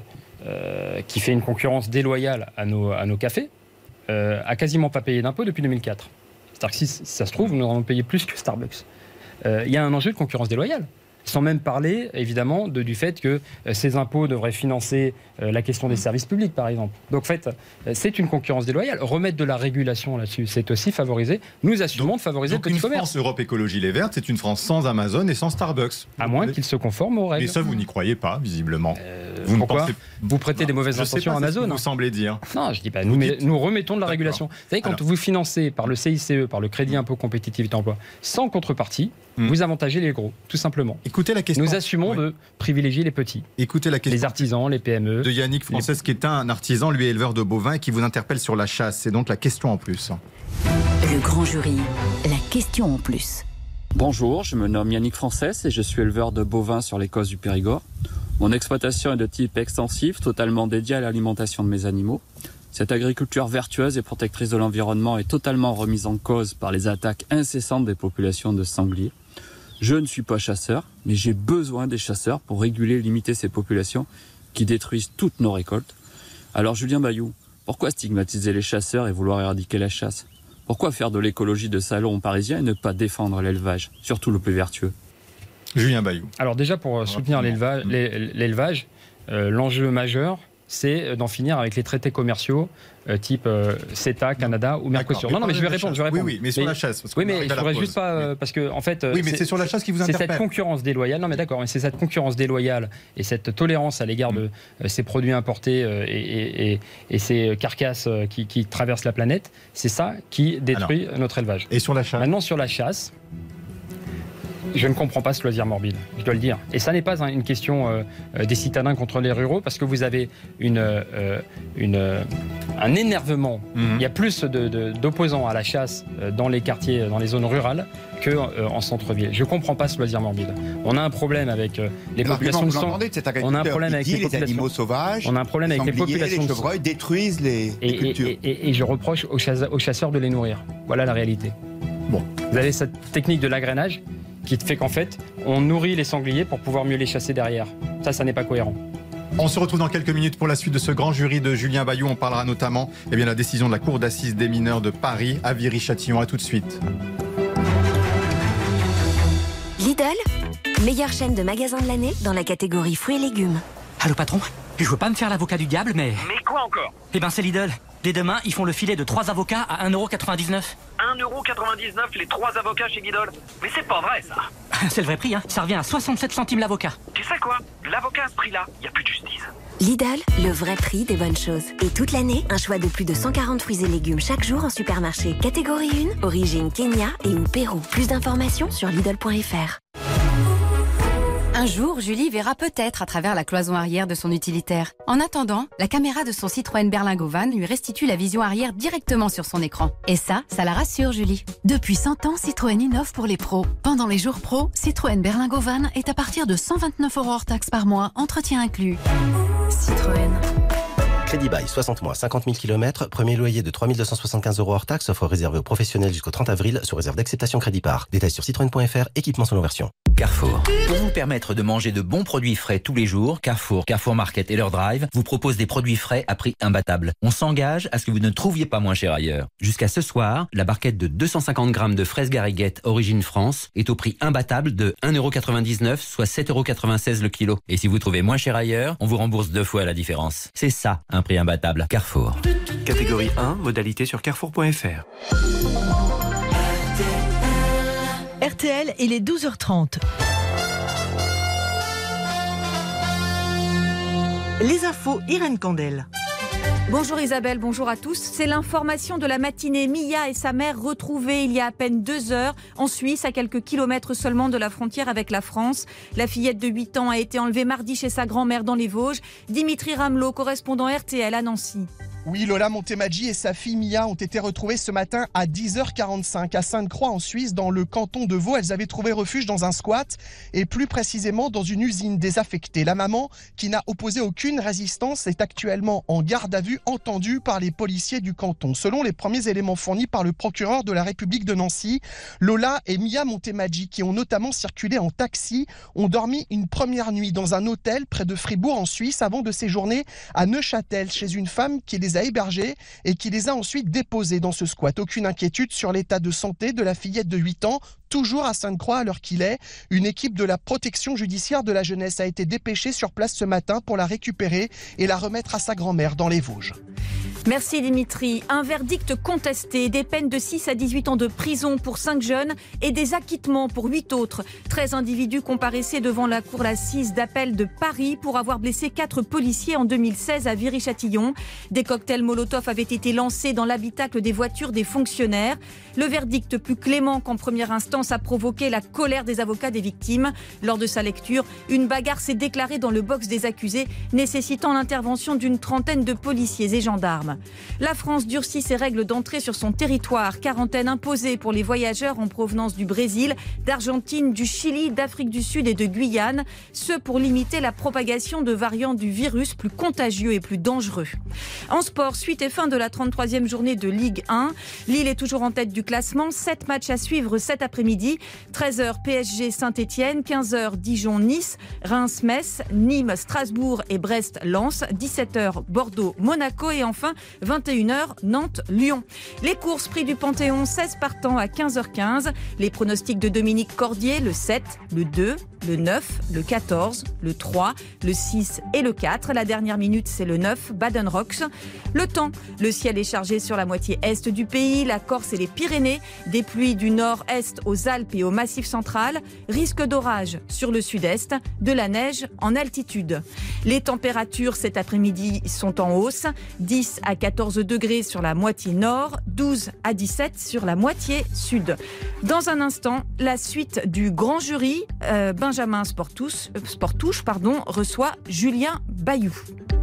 fait une concurrence déloyale à nos cafés, a quasiment pas payé d'impôt depuis 2004. C'est-à-dire que si ça se trouve, nous en avons payé plus que Starbucks. Il y a un enjeu de concurrence déloyale. Sans même parler, évidemment, du fait que ces impôts devraient financer la question des services publics, par exemple. Donc, en fait, c'est une concurrence déloyale. Remettre de la régulation là-dessus, c'est aussi favoriser. Nous assumons de favoriser le petit commerce. Une France Europe Écologie Les Verts, c'est une France sans Amazon et sans Starbucks. À moins qu'ils se conforment aux règles. Mais ça, vous n'y croyez pas, visiblement. Pourquoi vous prêtez des mauvaises intentions à Amazon? Vous semblez dire. Non, je dis pas. Nous remettons de la régulation. Vous savez, quand vous financez par le CICE, par le Crédit Impôt Compétitivité Emploi, sans contrepartie, vous avantagez les gros, tout simplement. Écoutez la question. Nous assumons de privilégier les petits. Écoutez la question. Les artisans, les PME. De Yannick Française, qui est un artisan, lui éleveur de bovins, et qui vous interpelle sur la chasse. C'est donc la question en plus. Le grand jury, la question en plus. Bonjour, je me nomme Yannick Française et je suis éleveur de bovins sur les côtes du Périgord. Mon exploitation est de type extensif, totalement dédiée à l'alimentation de mes animaux. Cette agriculture vertueuse et protectrice de l'environnement est totalement remise en cause par les attaques incessantes des populations de sangliers. Je ne suis pas chasseur, mais j'ai besoin des chasseurs pour réguler et limiter ces populations qui détruisent toutes nos récoltes. Alors Julien Bayou, pourquoi stigmatiser les chasseurs et vouloir éradiquer la chasse? Pourquoi faire de l'écologie de salon parisien et ne pas défendre l'élevage, surtout le plus vertueux? Julien Bayou. Alors déjà, pour soutenir l'élevage, l'enjeu majeur, c'est d'en finir avec les traités commerciaux type CETA, Canada ou Mercosur. Non, mais je vais répondre. Oui, mais sur la chasse. Oui, mais il ne faudrait juste pas... Parce que, en fait... Oui, mais c'est sur la chasse qui vous interpelle. C'est cette concurrence déloyale. Non, mais d'accord, mais c'est cette concurrence déloyale et cette tolérance à l'égard de ces produits importés et ces carcasses qui traversent la planète, c'est ça qui détruit notre élevage. Et sur la chasse? Maintenant, sur la chasse... Je ne comprends pas ce loisir morbide, je dois le dire. Et ça n'est pas une question des citadins contre les ruraux, parce que vous avez un énervement. Il y a plus d'opposants à la chasse dans les quartiers, dans les zones rurales, qu'en centre-ville. Je ne comprends pas ce loisir morbide. On a un problème avec les populations de sang. On a un problème avec les animaux sauvages. On a un problème avec les populations les chevreuils détruisent les cultures. Et je reproche aux chasseurs de les nourrir. Voilà la réalité. Bon, vous avez cette technique de l'agrainage qui fait qu'en fait, on nourrit les sangliers pour pouvoir mieux les chasser derrière. Ça n'est pas cohérent. On se retrouve dans quelques minutes pour la suite de ce grand jury de Julien Bayou. On parlera notamment de la décision de la Cour d'assises des mineurs de Paris à Viry-Châtillon. À tout de suite. Lidl, meilleure chaîne de magasins de l'année dans la catégorie fruits et légumes. Allô patron, je veux pas me faire l'avocat du diable, mais... Mais quoi encore? Eh ben c'est Lidl. Dès demain, ils font le filet de 3 avocats à 1,99 €. 1,99 € les 3 avocats chez Lidl? Mais c'est pas vrai ça. C'est le vrai prix, hein. Ça revient à 67 centimes l'avocat. Tu sais quoi? L'avocat à ce prix-là, y a plus de justice. Lidl, le vrai prix des bonnes choses. Et toute l'année, un choix de plus de 140 fruits et légumes chaque jour en supermarché. Catégorie 1, origine Kenya et ou Pérou. Plus d'informations sur Lidl.fr. Un jour, Julie verra peut-être à travers la cloison arrière de son utilitaire. En attendant, la caméra de son Citroën Berlingo Van lui restitue la vision arrière directement sur son écran. Et ça la rassure, Julie. Depuis 100 ans, Citroën innove pour les pros. Pendant les jours pros, Citroën Berlingo Van est à partir de 129 € hors taxe par mois, entretien inclus. Citroën. Crédit Bail, 60 mois, 50 000 km, premier loyer de 3 275 € hors taxe, offre réservée aux professionnels jusqu'au 30 avril, sous réserve d'acceptation crédit par. Détails sur citroën.fr, équipement selon version. Carrefour. Pour vous permettre de manger de bons produits frais tous les jours, Carrefour Market et leur drive vous proposent des produits frais à prix imbattable. On s'engage à ce que vous ne trouviez pas moins cher ailleurs. Jusqu'à ce soir, la barquette de 250 grammes de fraises Gariguette origine France est au prix imbattable de 1,99 €, soit 7,96 € le kilo. Et si vous trouvez moins cher ailleurs, on vous rembourse 2 fois la différence. C'est ça, un prix imbattable. Carrefour. Catégorie 1, modalité sur carrefour.fr. RTL, il est 12h30. Les infos, Irène Candel. Bonjour Isabelle, bonjour à tous. C'est l'information de la matinée. Mia et sa mère retrouvées il y a à peine 2 heures en Suisse, à quelques kilomètres seulement de la frontière avec la France. La fillette de 8 ans a été enlevée mardi chez sa grand-mère dans les Vosges. Dimitri Ramelot, correspondant RTL à Nancy. Oui, Lola Montemaggi et sa fille Mia ont été retrouvées ce matin à 10h45 à Sainte-Croix en Suisse, dans le canton de Vaud. Elles avaient trouvé refuge dans un squat et plus précisément dans une usine désaffectée. La maman, qui n'a opposé aucune résistance, est actuellement en garde à vue, entendue par les policiers du canton. Selon les premiers éléments fournis par le procureur de la République de Nancy, Lola et Mia Montemaggi, qui ont notamment circulé en taxi, ont dormi une première nuit dans un hôtel près de Fribourg en Suisse avant de séjourner à Neuchâtel chez une femme qui les a hébergés et qui les a ensuite déposés dans ce squat. Aucune inquiétude sur l'état de santé de la fillette de 8 ans, toujours à Sainte-Croix à l'heure qu'il est. Une équipe de la protection judiciaire de la jeunesse a été dépêchée sur place ce matin pour la récupérer et la remettre à sa grand-mère dans les Vosges. Merci Dimitri. Un verdict contesté, des peines de 6 à 18 ans de prison pour 5 jeunes et des acquittements pour 8 autres. 13 individus comparaissaient devant la cour d'assises d'appel de Paris pour avoir blessé 4 policiers en 2016 à Viry-Châtillon. Des cocktails Molotov avaient été lancés dans l'habitacle des voitures des fonctionnaires. Le verdict plus clément qu'en première instance a provoqué la colère des avocats des victimes. Lors de sa lecture, une bagarre s'est déclarée dans le box des accusés, nécessitant l'intervention d'une trentaine de policiers et gendarmes. La France durcit ses règles d'entrée sur son territoire. Quarantaine imposée pour les voyageurs en provenance du Brésil, d'Argentine, du Chili, d'Afrique du Sud et de Guyane. Ce pour limiter la propagation de variants du virus plus contagieux et plus dangereux. En sport, suite et fin de la 33e journée de Ligue 1. Lille est toujours en tête du classement. 7 matchs à suivre cet après-midi. 13h PSG Saint-Etienne, 15h Dijon Nice, Reims Metz, Nîmes Strasbourg et Brest Lens, 17h Bordeaux Monaco et enfin 21h Nantes-Lyon. Les courses prix du Panthéon, 16 partants à 15h15. Les pronostics de Dominique Cordier, le 7, le 2, le 9, le 14, le 3, le 6 et le 4. La dernière minute, c'est le 9, Baden Rocks. Le temps, le ciel est chargé sur la moitié est du pays, la Corse et les Pyrénées. Des pluies du nord-est aux Alpes et au Massif central. Risque d'orage sur le sud-est, de la neige en altitude. Les températures cet après-midi sont en hausse, 10 à à 14 degrés sur la moitié nord, 12 à 17 sur la moitié sud. Dans un instant, la suite du grand jury. Benjamin Sportouche reçoit Julien Bayou.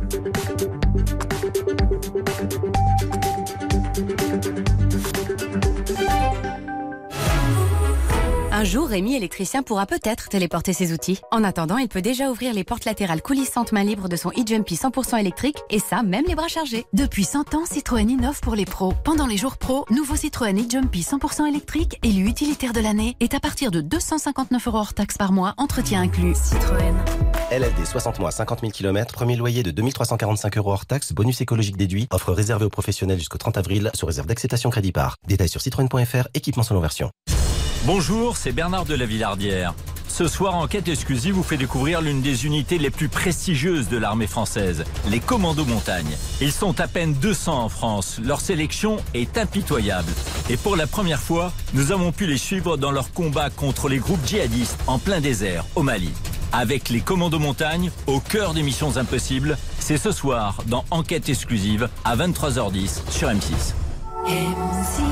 Un jour, Rémi, électricien, pourra peut-être téléporter ses outils. En attendant, il peut déjà ouvrir les portes latérales coulissantes main libre de son e-Jumpy 100% électrique, et ça, même les bras chargés. Depuis 100 ans, Citroën innove pour les pros. Pendant les jours pro, nouveau Citroën e-Jumpy 100% électrique, élu utilitaire de l'année, est à partir de 259 € hors taxe par mois, entretien inclus. Citroën. LLD 60 mois, 50 000 km, premier loyer de 2345 € hors taxe, bonus écologique déduit, offre réservée aux professionnels jusqu'au 30 avril, sous réserve d'acceptation crédit par. Détails sur citroën.fr, équipement selon version. Bonjour, c'est Bernard de la Villardière. Ce soir, Enquête exclusive vous fait découvrir l'une des unités les plus prestigieuses de l'armée française, les commandos montagne. Ils sont à peine 200 en France, leur sélection est impitoyable. Et pour la première fois, nous avons pu les suivre dans leur combat contre les groupes djihadistes en plein désert, au Mali. Avec les commandos montagne, au cœur des missions impossibles, c'est ce soir dans Enquête exclusive à 23h10 sur M6. M6.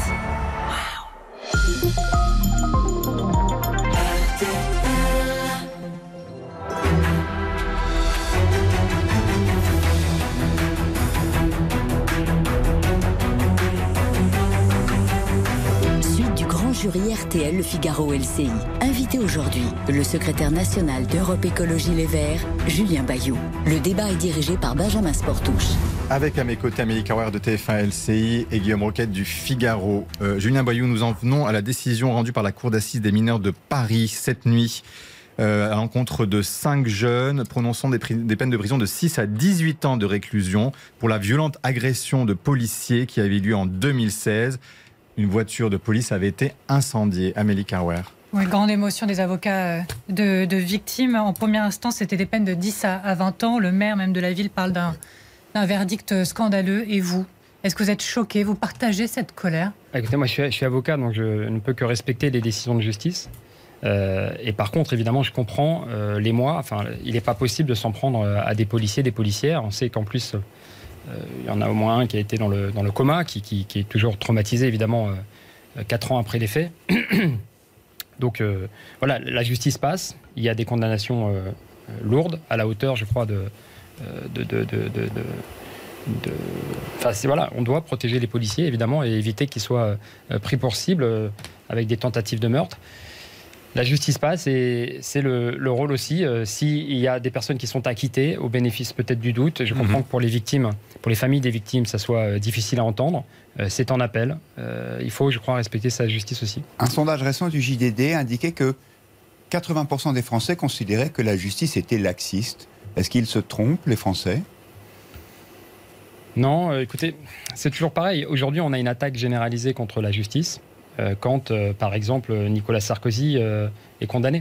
Suite du grand jury RTL Le Figaro LCI. Invité aujourd'hui, le secrétaire national d'Europe Écologie Les Verts, Julien Bayou. Le débat est dirigé par Benjamin Sportouche. Avec à mes côtés Amélie Carrère de TF1 LCI et Guillaume Roquette du Figaro. Julien Bayou, nous en venons à la décision rendue par la Cour d'assises des mineurs de Paris cette nuit à l'encontre de 5 jeunes prononçant des peines de prison de 6 à 18 ans de réclusion pour la violente agression de policiers qui avait eu lieu en 2016. Une voiture de police avait été incendiée. Amélie Carrère. Oui, grande émotion des avocats de victimes. En première instance, c'était des peines de 10 à 20 ans. Le maire même de la ville parle d'un verdict scandaleux. Et vous, est-ce que vous êtes choqué? Vous partagez cette colère? Écoutez, moi je suis avocat, donc je ne peux que respecter les décisions de justice. Et par contre, évidemment, je comprends l'émoi. Enfin, il n'est pas possible de s'en prendre à des policiers, des policières. On sait qu'en plus, il y en a au moins un qui a été dans le coma, qui est toujours traumatisé, évidemment, 4 ans après les faits. Donc voilà, la justice passe. Il y a des condamnations lourdes, à la hauteur, je crois, Enfin, voilà, on doit protéger les policiers, évidemment, et éviter qu'ils soient pris pour cible avec des tentatives de meurtre. La justice passe et c'est le rôle aussi, s'il y a des personnes qui sont acquittées, au bénéfice peut-être du doute. Je comprends que pour les victimes, pour les familles des victimes, ça soit difficile à entendre. C'est en appel. Il faut, je crois, respecter sa justice aussi. Un sondage récent du JDD indiquait que 80% des Français considéraient que la justice était laxiste. Est-ce qu'ils se trompent, les Français ? Non, écoutez, c'est toujours pareil. Aujourd'hui, on a une attaque généralisée contre la justice quand, par exemple, Nicolas Sarkozy est condamné.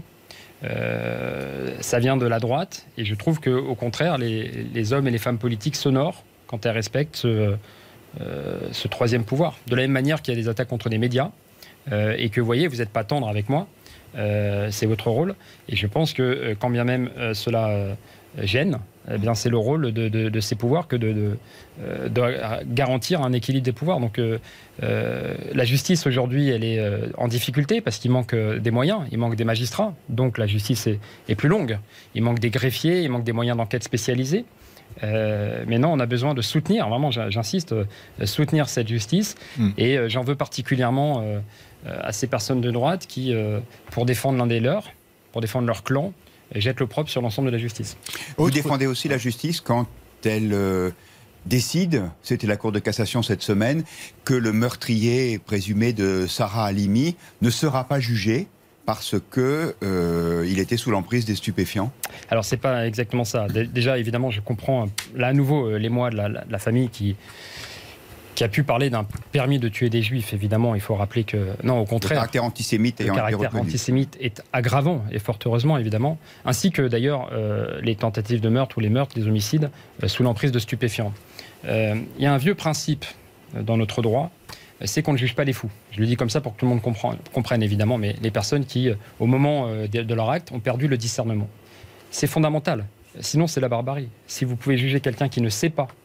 Ça vient de la droite et je trouve qu'au contraire, les hommes et les femmes politiques s'honorent quand elles respectent ce troisième pouvoir. De la même manière qu'il y a des attaques contre les médias et que, vous voyez, vous n'êtes pas tendre avec moi, c'est votre rôle. Et je pense que quand bien même cela gêne, eh bien, c'est le rôle de ces pouvoirs que de garantir un équilibre des pouvoirs. Donc la justice aujourd'hui, elle est en difficulté parce qu'il manque des moyens, il manque des magistrats. Donc la justice est plus longue. Il manque des greffiers, il manque des moyens d'enquête spécialisés. Mais non, on a besoin de soutenir, vraiment j'insiste, soutenir cette justice. Et j'en veux particulièrement à ces personnes de droite qui, pour défendre l'un des leurs, pour défendre leur clan, jettent l'opprobre sur l'ensemble de la justice. Vous défendez aussi la justice quand elle décide, c'était la Cour de cassation cette semaine, que le meurtrier présumé de Sarah Halimi ne sera pas jugé parce qu'il était sous l'emprise des stupéfiants. Alors c'est pas exactement ça. Déjà évidemment je comprends là à nouveau l'émoi de la famille qui a pu parler d'un permis de tuer des juifs. Évidemment, il faut rappeler que... Non, au contraire... Le caractère antisémite ayant été reconnu. Le caractère antisémite est aggravant, et fort heureusement, évidemment. Ainsi que, d'ailleurs, les tentatives de meurtre ou les meurtres, les homicides, sous l'emprise de stupéfiants. Il y a un vieux principe dans notre droit, c'est qu'on ne juge pas les fous. Je le dis comme ça pour que tout le monde comprenne, évidemment, mais les personnes qui, au moment de leur acte, ont perdu le discernement. C'est fondamental. Sinon, c'est la barbarie. Si vous pouvez juger quelqu'un qui ne sait pas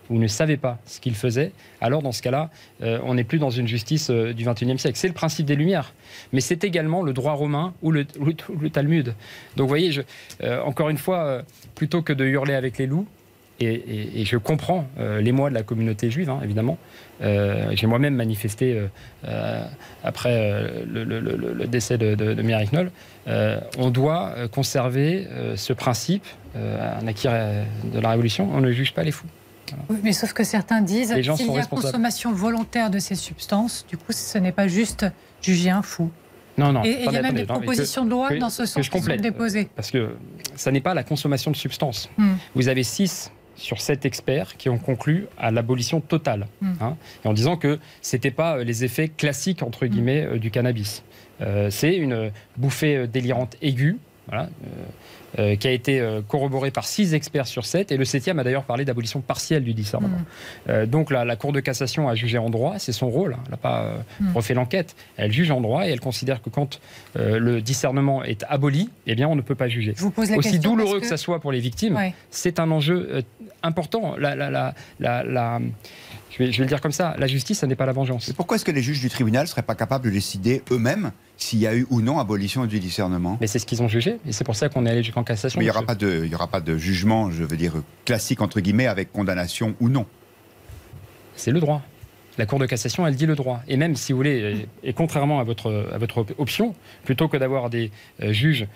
ou ne savait pas ce qu'il faisait, alors dans ce cas-là, on n'est plus dans une justice du XXIe siècle. C'est le principe des Lumières, mais c'est également le droit romain ou le Talmud. Donc vous voyez, encore une fois, plutôt que de hurler avec les loups, et je comprends l'émoi de la communauté juive, hein, évidemment. J'ai moi-même manifesté après le décès de Mireille Knoll. On doit conserver ce principe, un acquis de la Révolution. On ne juge pas les fous. Voilà. Oui, mais sauf que certains disent s'il y a consommation volontaire de ces substances, du coup, ce n'est pas juste juger un fou. Non. Et il y a même des propositions de loi dans ce sens qui sont déposées. Parce que ça n'est pas la consommation de substances. Vous avez 6 sur 7 experts qui ont conclu à l'abolition totale, et en disant que ce n'était pas les effets classiques, entre guillemets, du cannabis. C'est une bouffée délirante aiguë, voilà, qui a été corroborée par 6 experts sur 7, et le 7e a d'ailleurs parlé d'abolition partielle du discernement. Donc la Cour de cassation a jugé en droit, c'est son rôle, elle n'a pas refait l'enquête, elle juge en droit et elle considère que quand le discernement est aboli, eh bien on ne peut pas juger. Je vous pose la Aussi question douloureux que ça soit pour les victimes, c'est un enjeu important. Je vais le dire comme ça, la justice, ça n'est pas la vengeance. Et pourquoi est-ce que les juges du tribunal ne seraient pas capables de décider eux-mêmes s'il y a eu ou non abolition du discernement? Mais c'est ce qu'ils ont jugé, et c'est pour ça qu'on est allé jusqu'en cassation. Mais il n'y aura pas de jugement, je veux dire, classique, entre guillemets, avec condamnation ou non. C'est le droit. La Cour de cassation, elle dit le droit. Et même, si vous voulez, et contrairement à votre option, plutôt que d'avoir des juges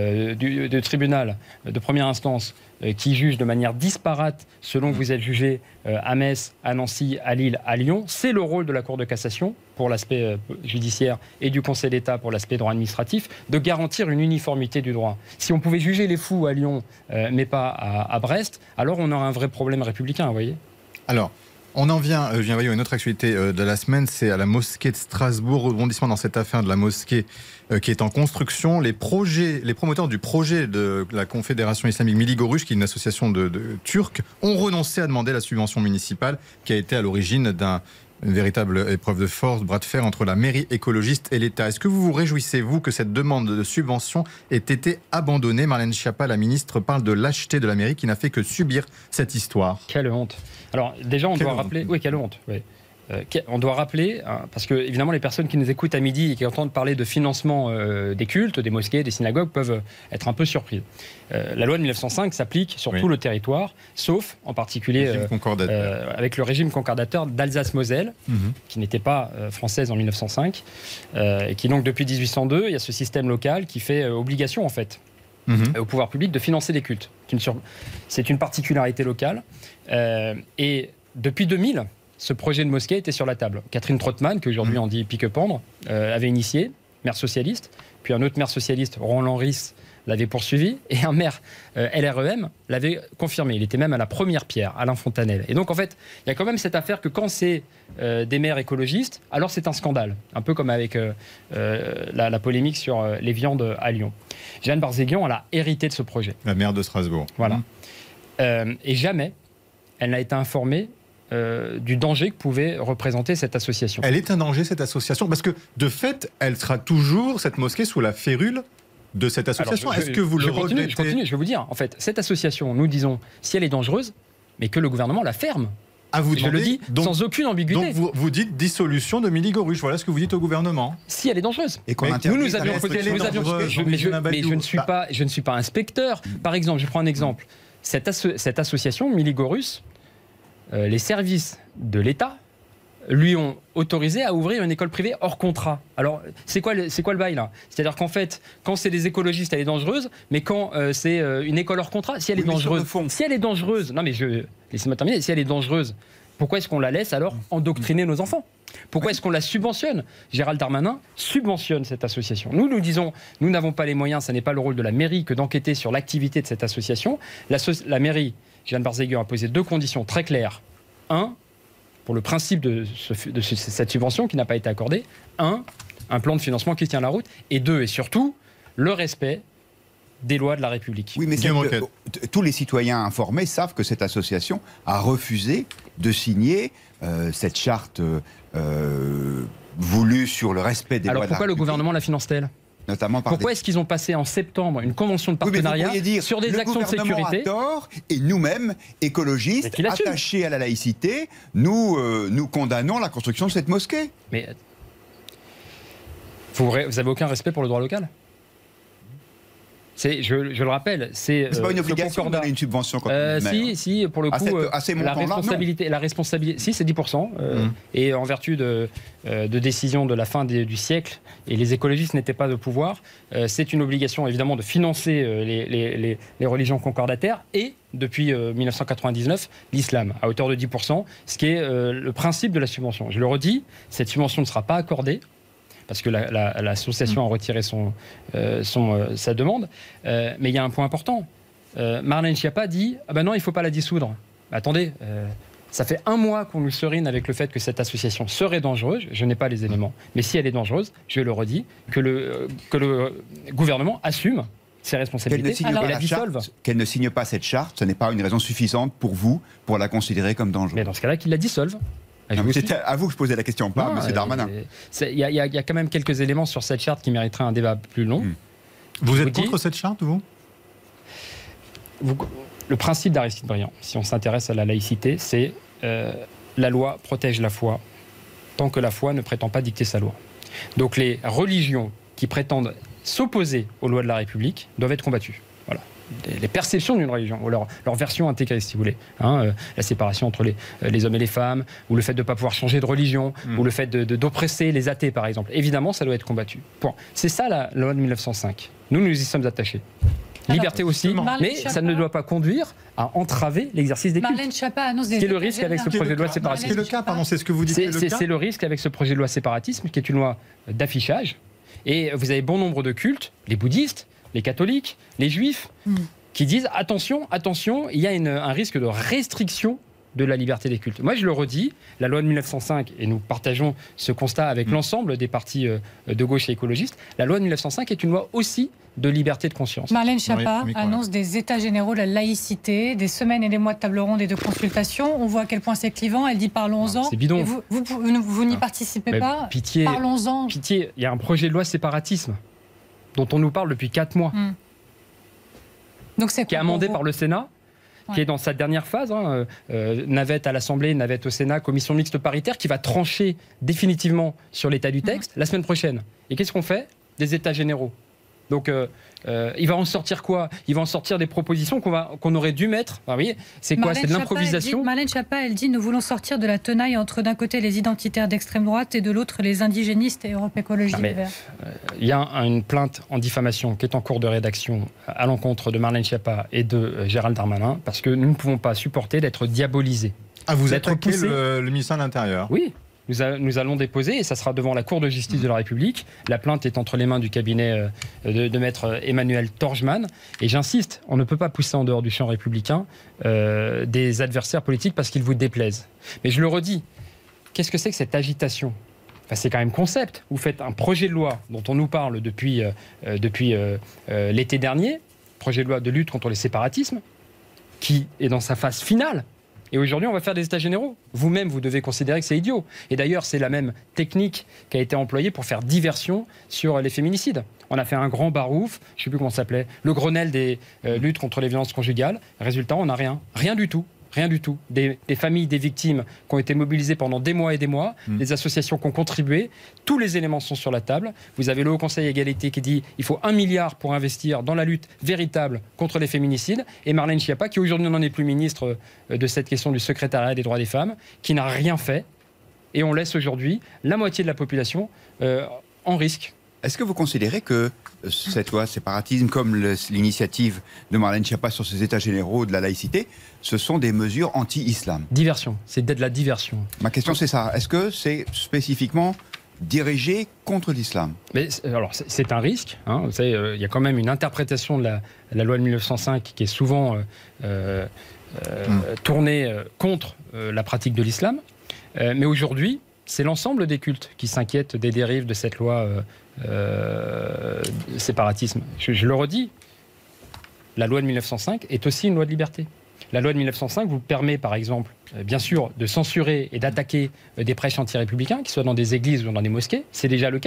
du tribunal de première instance qui jugent de manière disparate selon que vous êtes jugé à Metz, à Nancy, à Lille, à Lyon, c'est le rôle de la Cour de cassation pour l'aspect judiciaire et du Conseil d'État pour l'aspect droit administratif, de garantir une uniformité du droit. Si on pouvait juger les fous à Lyon, mais pas à Brest, alors on aurait un vrai problème républicain, vous voyez. Alors, on en vient, Julien Bayou, à une autre actualité de la semaine, c'est à la mosquée de Strasbourg, rebondissement dans cette affaire de la mosquée qui est en construction. Les promoteurs du projet de la Confédération islamique Millî-Görüş, qui est une association de Turcs, ont renoncé à demander la subvention municipale qui a été à l'origine d'une véritable épreuve de force, bras de fer entre la mairie écologiste et l'État. Est-ce que vous vous réjouissez, vous, que cette demande de subvention ait été abandonnée? Marlène Schiappa, la ministre, parle de lâcheté de la mairie qui n'a fait que subir cette histoire. Quelle honte. Alors déjà, on doit rappeler... Oui, quelle honte, oui. On doit rappeler, parce que évidemment les personnes qui nous écoutent à midi et qui entendent parler de financement des cultes, des mosquées, des synagogues peuvent être un peu surprises. La loi de 1905 s'applique sur tout le territoire, sauf en particulier avec le régime concordateur d'Alsace-Moselle, qui n'était pas française en 1905, et qui donc depuis 1802, il y a ce système local qui fait obligation en fait au pouvoir public de financer des cultes. C'est une particularité locale, et depuis 2000, ce projet de mosquée était sur la table. Catherine Trottmann, qu'aujourd'hui on dit pique-pendre, avait initié, maire socialiste, puis un autre maire socialiste, Roland Ris, l'avait poursuivi, et un maire LREM l'avait confirmé. Il était même à la première pierre, Alain Fontanel. Et donc en fait, il y a quand même cette affaire que quand c'est des maires écologistes, alors c'est un scandale. Un peu comme avec la polémique sur les viandes à Lyon. Jeanne Barzéguian, elle a hérité de ce projet. La maire de Strasbourg. Voilà. Et jamais elle n'a été informée du danger que pouvait représenter cette association. Elle est un danger, cette association, parce que de fait, elle sera toujours, cette mosquée, sous la férule de cette association. Est-ce que vous le regrettez ? Je continue, je vais vous dire. En fait, cette association, nous disons, si elle est dangereuse, mais que le gouvernement la ferme. Je le dis sans aucune ambiguïté. Donc vous dites dissolution de Millî-Görüş, voilà ce que vous dites au gouvernement. Si elle est dangeuse. Et qu'on nous avions posé... Mais je ne suis pas inspecteur. Par exemple, je prends un exemple. Cette association, Millî-Görüş, les services de l'État lui ont autorisé à ouvrir une école privée hors contrat. Alors, c'est quoi le bail là ? C'est-à-dire qu'en fait, quand c'est des écologistes, elle est dangereuse, mais quand c'est une école hors contrat, si elle est dangereuse, non mais laissez-moi terminer, si elle est dangereuse, pourquoi est-ce qu'on la laisse alors endoctriner nos enfants ? Pourquoi est-ce qu'on la subventionne ? Gérald Darmanin subventionne cette association. Nous disons, nous n'avons pas les moyens, ce n'est pas le rôle de la mairie que d'enquêter sur l'activité de cette association. La mairie, Jeanne Barzéguian, a posé 2 conditions très claires. 1, pour le principe de cette subvention qui n'a pas été accordée. 1, un plan de financement qui tient la route. Et 2, et surtout, le respect des lois de la République. Oui, mais tous les citoyens informés savent que cette association a refusé de signer cette charte voulue sur le respect des lois de la République. Alors pourquoi le gouvernement la finance-t-elle ? Notamment par Pourquoi est-ce qu'ils ont passé en septembre une convention de partenariat sur des actions de sécurité? A tort, et nous-mêmes, écologistes, attachés à la laïcité, nous condamnons la construction de cette mosquée. Mais vous avez aucun respect pour le droit local? Je le rappelle, c'est pas une obligation de donner une subvention quand on si, pour le coup, la responsabilité, si c'est 10%, et en vertu de décisions de la fin du siècle, et les écologistes n'étaient pas au pouvoir, c'est une obligation évidemment de financer les religions concordataires et depuis 1999 l'islam à hauteur de 10%, ce qui est le principe de la subvention. Je le redis, cette subvention ne sera pas accordée, parce que l'association a retiré sa demande. Mais il y a un point important. Marlène Schiappa dit « Ah ben non, il ne faut pas la dissoudre ». Attendez, ça fait 1 mois qu'on nous serine avec le fait que cette association serait dangereuse. Je n'ai pas les éléments. Mais si elle est dangereuse, je le redis, que le gouvernement assume ses responsabilités et la dissolve. Qu'elle ne signe pas cette charte, ce n'est pas une raison suffisante pour vous, pour la considérer comme dangereuse. Mais dans ce cas-là, qu'il la dissolve. C'était à vous que je posais la question, pas à M. Darmanin. Il y a quand même quelques éléments sur cette charte qui mériteraient un débat plus long. Vous êtes contre cette charte, vous ? Le principe d'Aristide Briand, si on s'intéresse à la laïcité, c'est la loi protège la foi tant que la foi ne prétend pas dicter sa loi. Donc les religions qui prétendent s'opposer aux lois de la République doivent être combattues. Voilà. Les perceptions d'une religion, ou leur version intégriste, si vous voulez. La séparation entre les hommes et les femmes, ou le fait de ne pas pouvoir changer de religion, ou le fait d'oppresser les athées, par exemple. Évidemment, ça doit être combattu. Point. C'est ça la loi de 1905. Nous y sommes attachés. Liberté aussi, mais ça ne doit pas conduire à entraver l'exercice des cultes. Marlène Schiappa annonce des... C'est le risque avec ce projet de loi de séparatisme. C'est le cas, pardon, c'est ce que vous dites. C'est le risque avec ce projet de loi séparatisme, qui est une loi d'affichage. Et vous avez bon nombre de cultes, les bouddhistes, les catholiques, les juifs, qui disent attention, il y a un risque de restriction de la liberté des cultes. Moi, je le redis, la loi de 1905, et nous partageons ce constat avec l'ensemble des partis de gauche et écologistes, la loi de 1905 est une loi aussi de liberté de conscience. Marlène Schiappa annonce des états généraux de la laïcité, des semaines et des mois de table ronde et de consultation. On voit à quel point c'est clivant. Elle dit parlons-en. C'est bidon. Et vous n'y participez pas. Pitié. Parlons-en. Pitié. Il y a un projet de loi séparatisme dont on nous parle depuis 4 mois. Donc c'est qui est amendé par le Sénat, qui est dans sa dernière phase, navette à l'Assemblée, navette au Sénat, commission mixte paritaire, qui va trancher définitivement sur l'état du texte la semaine prochaine. Et qu'est-ce qu'on fait? Des états généraux. Donc, il va en sortir quoi? Il va en sortir des propositions qu'on aurait dû mettre. Enfin, oui, c'est quoi? C'est de l'improvisation. Marlène Schiappa, elle dit nous voulons sortir de la tenaille entre d'un côté les identitaires d'extrême droite et de l'autre les indigénistes et Europe Écologie Les Verts. Il y a une plainte en diffamation qui est en cours de rédaction à l'encontre de Marlène Schiappa et de Gérald Darmanin, parce que nous ne pouvons pas supporter d'être diabolisés. Ah, vous attaquez le ministère de l'Intérieur? Oui. Nous allons déposer, et ça sera devant la Cour de justice de la République. La plainte est entre les mains du cabinet de maître Emmanuel Torgeman. Et j'insiste, on ne peut pas pousser en dehors du champ républicain des adversaires politiques parce qu'ils vous déplaisent. Mais je le redis, qu'est-ce que c'est que cette agitation? Enfin, c'est quand même concept. Vous faites un projet de loi dont on nous parle depuis l'été dernier, projet de loi de lutte contre les séparatismes, qui est dans sa phase finale. Et aujourd'hui, on va faire des états généraux. Vous-même, vous devez considérer que c'est idiot. Et d'ailleurs, c'est la même technique qui a été employée pour faire diversion sur les féminicides. On a fait un grand barouf, je ne sais plus comment ça s'appelait, le Grenelle des luttes contre les violences conjugales. Résultat, on n'a rien. Rien du tout. Rien du tout. Des familles, des victimes qui ont été mobilisées pendant des mois et des mois, des associations qui ont contribué, tous les éléments sont sur la table. Vous avez le Haut Conseil égalité qui dit il faut 1 milliard pour investir dans la lutte véritable contre les féminicides, et Marlène Schiappa, qui aujourd'hui n'en est plus ministre de cette question du secrétariat des droits des femmes, qui n'a rien fait, et on laisse aujourd'hui la moitié de la population en risque. Est-ce que vous considérez que cette loi séparatisme, comme l'initiative de Marlène Schiappa sur ces états généraux de la laïcité, ce sont des mesures anti-islam? Diversion, c'est de la diversion. Ma question c'est ça, est-ce que c'est spécifiquement dirigé contre l'islam? Mais alors c'est un risque, vous savez, il y a quand même une interprétation de la loi de 1905 qui est souvent tournée contre la pratique de l'islam, mais aujourd'hui, c'est l'ensemble des cultes qui s'inquiètent des dérives de cette loi séparatisme. Je le redis, la loi de 1905 est aussi une loi de liberté. La loi de 1905 vous permet, par exemple, bien sûr, de censurer et d'attaquer des prêches anti-républicains, qu'ils soient dans des églises ou dans des mosquées. C'est déjà le cas.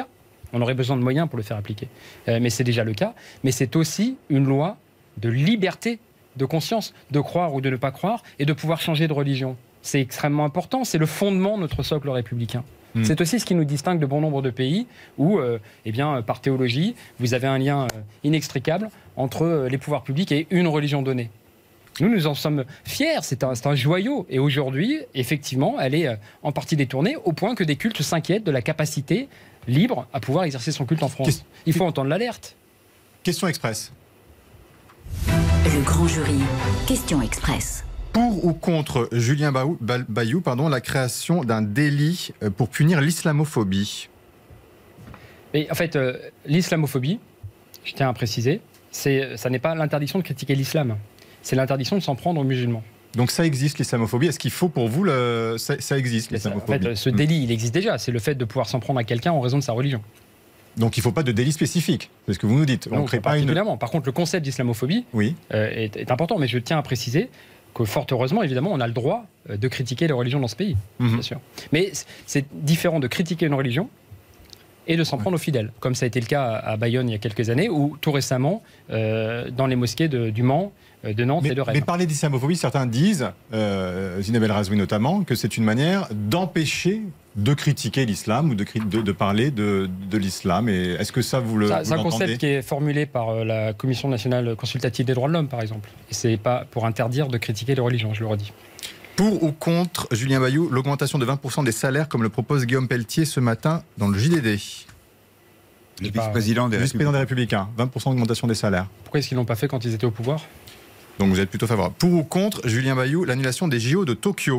On aurait besoin de moyens pour le faire appliquer. Mais c'est déjà le cas. Mais c'est aussi une loi de liberté de conscience, de croire ou de ne pas croire, et de pouvoir changer de religion. C'est extrêmement important, c'est le fondement de notre socle républicain. C'est aussi ce qui nous distingue de bon nombre de pays où, par théologie, vous avez un lien inextricable entre les pouvoirs publics et une religion donnée. Nous en sommes fiers, c'est un joyau. Et aujourd'hui, effectivement, elle est en partie détournée au point que des cultes s'inquiètent de la capacité libre à pouvoir exercer son culte en France. Il faut entendre l'alerte. Question express. Le grand jury. Question express. Pour ou contre Julien Bayou, la création d'un délit pour punir l'islamophobie? Et en fait, l'islamophobie, je tiens à préciser, ça n'est pas l'interdiction de critiquer l'islam, c'est l'interdiction de s'en prendre aux musulmans. Donc ça existe, l'islamophobie. Est-ce qu'il faut pour vous, ça existe, l'islamophobie? En fait, ce délit, il existe déjà. C'est le fait de pouvoir s'en prendre à quelqu'un en raison de sa religion. Donc il ne faut pas de délit spécifique, c'est ce que vous nous dites. Non, pas particulièrement. Par contre, le concept d'islamophobie est important, mais je tiens à préciser que fort heureusement, évidemment, on a le droit de critiquer les religions dans ce pays, bien sûr. Mais c'est différent de critiquer une religion et de s'en prendre aux fidèles, comme ça a été le cas à Bayonne il y a quelques années, ou tout récemment dans les mosquées du Mans, de Nantes et de Rennes. Mais parler d'islamophobie, certains disent, Zineb El Razoui notamment, que c'est une manière d'empêcher de critiquer l'islam ou de parler de l'islam. Et est-ce que ça, vous l'entendez? C'est un concept qui est formulé par la Commission nationale consultative des droits de l'homme, par exemple. Et c'est pas pour interdire de critiquer les religions, je le redis. Pour ou contre, Julien Bayou, l'augmentation de 20% des salaires, comme le propose Guillaume Pelletier ce matin dans le JDD? Le vice-président des Républicains, 20% d'augmentation des salaires. Pourquoi est-ce qu'ils ne l'ont pas fait quand ils étaient au pouvoir? Donc vous êtes plutôt favorable. Pour ou contre, Julien Bayou, l'annulation des JO de Tokyo?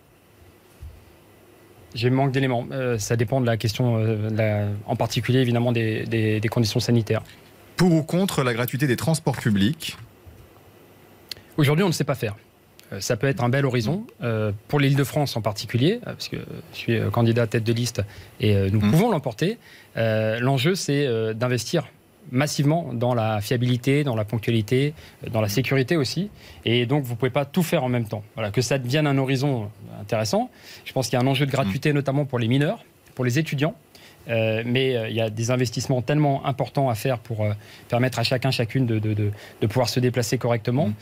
J'ai manque d'éléments. Ça dépend de la question, en particulier évidemment des conditions sanitaires. Pour ou contre la gratuité des transports publics? Aujourd'hui, on ne sait pas faire. Ça peut être un bel horizon, pour l'Île-de-France en particulier, parce que je suis candidat tête de liste et nous pouvons l'emporter. L'enjeu, c'est d'investir massivement dans la fiabilité, dans la ponctualité, dans la sécurité aussi. Et donc, vous ne pouvez pas tout faire en même temps. Voilà, que ça devienne un horizon intéressant. Je pense qu'il y a un enjeu de gratuité, notamment pour les mineurs, pour les étudiants. Mais il y a des investissements tellement importants à faire pour permettre à chacune de pouvoir se déplacer correctement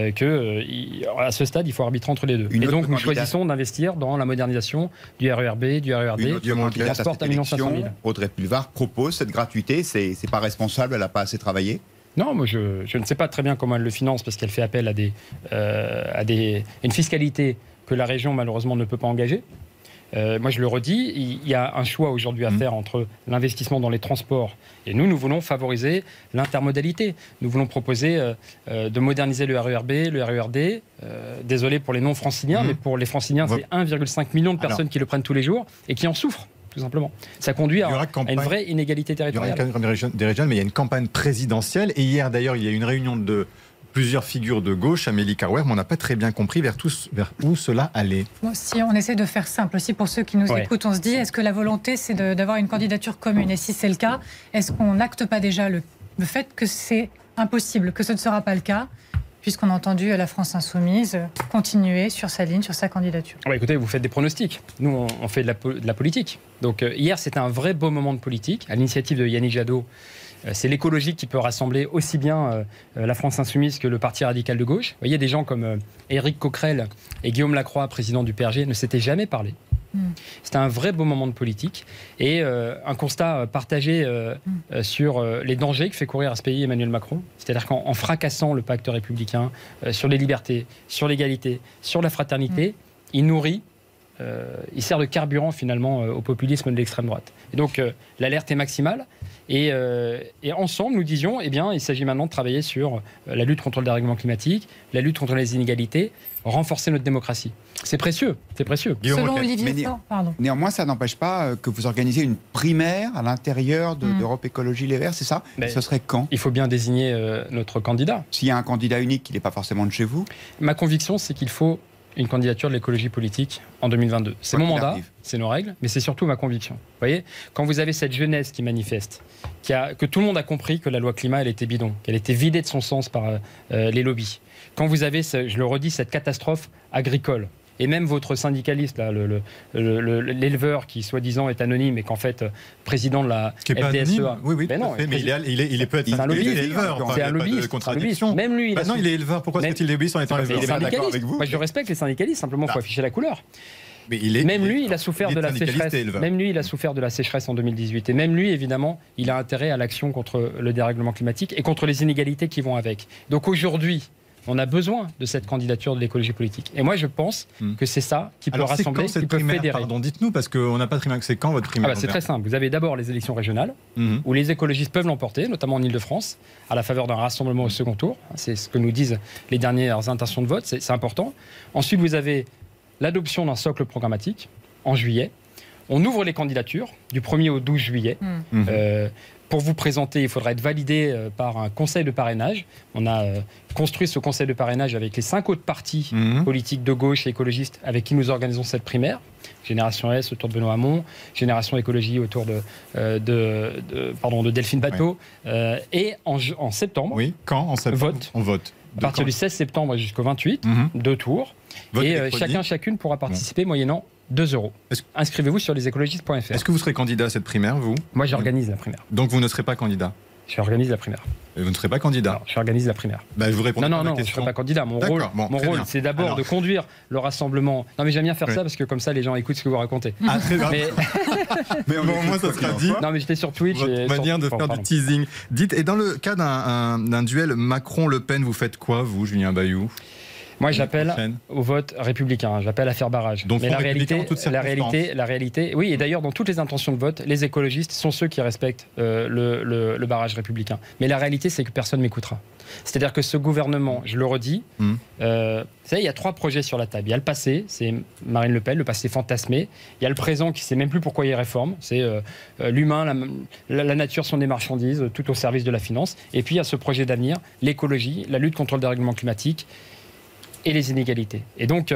qu'à ce stade, il faut arbitrer entre les deux. Et donc, nous choisissons d'investir dans la modernisation du RERB, du RERD, du transport à 1 500 000. Audrey Pulvar propose cette gratuité. C'est pas responsable, elle n'a pas assez travaillé? Non, moi je ne sais pas très bien comment elle le finance parce qu'elle fait appel à une fiscalité que la région malheureusement ne peut pas engager. Moi, je le redis, il y a un choix aujourd'hui à faire entre l'investissement dans les transports et nous voulons favoriser l'intermodalité. Nous voulons proposer de moderniser le RERB, le RERD. Désolé pour les non-franciliens, mais pour les franciliens, c'est 1,5 million de personnes qui le prennent tous les jours et qui en souffrent, tout simplement. Ça conduit à une vraie inégalité territoriale. Il y aura une campagne des régionales, mais il y a une campagne présidentielle. Et hier, d'ailleurs, il y a eu une réunion de plusieurs figures de gauche, Amélie Carrouer, mais on n'a pas très bien compris vers où cela allait. Bon, si on essaie de faire simple aussi pour ceux qui nous écoutent, on se dit, est-ce que la volonté c'est d'avoir une candidature commune? Et si c'est le cas, est-ce qu'on n'acte pas déjà le fait que c'est impossible, que ce ne sera pas le cas, puisqu'on a entendu la France Insoumise continuer sur sa ligne, sur sa candidature? Écoutez, vous faites des pronostics. Nous, on fait de la politique. Donc hier, c'était un vrai beau moment de politique, à l'initiative de Yannick Jadot. C'est l'écologie qui peut rassembler aussi bien la France Insoumise que le Parti radical de gauche. Vous voyez, des gens comme Éric Coquerel et Guillaume Lacroix, président du PRG, ne s'étaient jamais parlé. C'était un vrai beau moment de politique et un constat partagé sur les dangers que fait courir à ce pays Emmanuel Macron. C'est-à-dire qu'en fracassant le pacte républicain sur les libertés, sur l'égalité, sur la fraternité, il nourrit, il sert de carburant finalement au populisme de l'extrême droite. Et donc l'alerte est maximale. Et ensemble, nous disions, il s'agit maintenant de travailler sur la lutte contre le dérèglement climatique, la lutte contre les inégalités, renforcer notre démocratie. C'est précieux, c'est précieux. Selon Olivier Faure, néanmoins, ça n'empêche pas que vous organisez une primaire à l'intérieur d'Europe Écologie Les Verts, c'est ça? Ce serait quand? Il faut bien désigner notre candidat. S'il y a un candidat unique, il n'est pas forcément de chez vous? Ma conviction, c'est qu'il faut une candidature de l'écologie politique en 2022. C'est mon mandat, c'est nos règles, mais c'est surtout ma conviction. Vous voyez, quand vous avez cette jeunesse qui manifeste, que tout le monde a compris que la loi climat, elle était bidon, qu'elle était vidée de son sens par les lobbies. Quand vous avez, je le redis, cette catastrophe agricole, Et même votre syndicaliste, là, l'éleveur qui soi-disant est anonyme et qu'en fait président de la FDSEA. Oui, mais non, mais il peut être éleveur. C'est un lobbyiste. Même lui. Non, il est éleveur. Pourquoi est-il lobbyiste en étant éleveur? D'accord avec vous. Moi, je respecte les syndicalistes. Simplement, il faut afficher la couleur. Même lui, il a souffert de la sécheresse. Même lui, il a souffert de la sécheresse en 2018. Et même lui, évidemment, il a intérêt à l'action contre le dérèglement climatique et contre les inégalités qui vont avec. Donc aujourd'hui, on a besoin de cette candidature de l'écologie politique. Et moi, je pense que c'est ça qui peut rassembler, qui peut fédérer. Pardon, dites-nous, parce qu'on n'a pas de primaire. C'est quand votre primaire? C'est très simple. Vous avez d'abord les élections régionales, où les écologistes peuvent l'emporter, notamment en Ile-de-France, à la faveur d'un rassemblement au second tour. C'est ce que nous disent les dernières intentions de vote. C'est important. Ensuite, vous avez l'adoption d'un socle programmatique en juillet. On ouvre les candidatures du 1er au 12 juillet. Pour vous présenter, il faudra être validé par un conseil de parrainage. On a construit ce conseil de parrainage avec les 5 autres partis politiques de gauche et écologistes avec qui nous organisons cette primaire. Génération S autour de Benoît Hamon, Génération Écologie autour de Delphine Batteau. Et en septembre, quand en septembre on vote. À partir du 16 septembre jusqu'au 28, 2 tours. Et chacune pourra participer moyennant 2 €. Inscrivez-vous sur lesécologistes.fr. Est-ce que vous serez candidat à cette primaire, vous? Moi, j'organise la primaire. Donc vous ne serez pas candidat? J'organise la primaire. Et vous ne serez pas candidat? Alors, j'organise la primaire. Je vous réponds non, je ne serai pas candidat. Mon rôle, c'est d'abord de conduire le rassemblement. Non, mais j'aime bien faire ça parce que comme ça, les gens écoutent ce que vous racontez. Ah, très bien. Mais au moins, ça sera dit. Non, mais j'étais sur Twitch. Votre manière de faire du teasing. Dites, et dans le cas d'un duel Macron-Le Pen, vous faites quoi, vous, Julien Bayou? Moi, j'appelle au vote républicain. J'appelle à faire barrage. Donc, mais la réalité, oui. Et d'ailleurs, dans toutes les intentions de vote, les écologistes sont ceux qui respectent le barrage républicain. Mais la réalité, c'est que personne m'écoutera. C'est-à-dire que ce gouvernement, je le redis, vous savez, il y a 3 projets sur la table. Il y a le passé, c'est Marine Le Pen, le passé fantasmé. Il y a le présent qui ne sait même plus pourquoi il réforme. C'est l'humain, la nature sont des marchandises, tout au service de la finance. Et puis, il y a ce projet d'avenir, l'écologie, la lutte contre le dérèglement climatique et les inégalités. Et donc,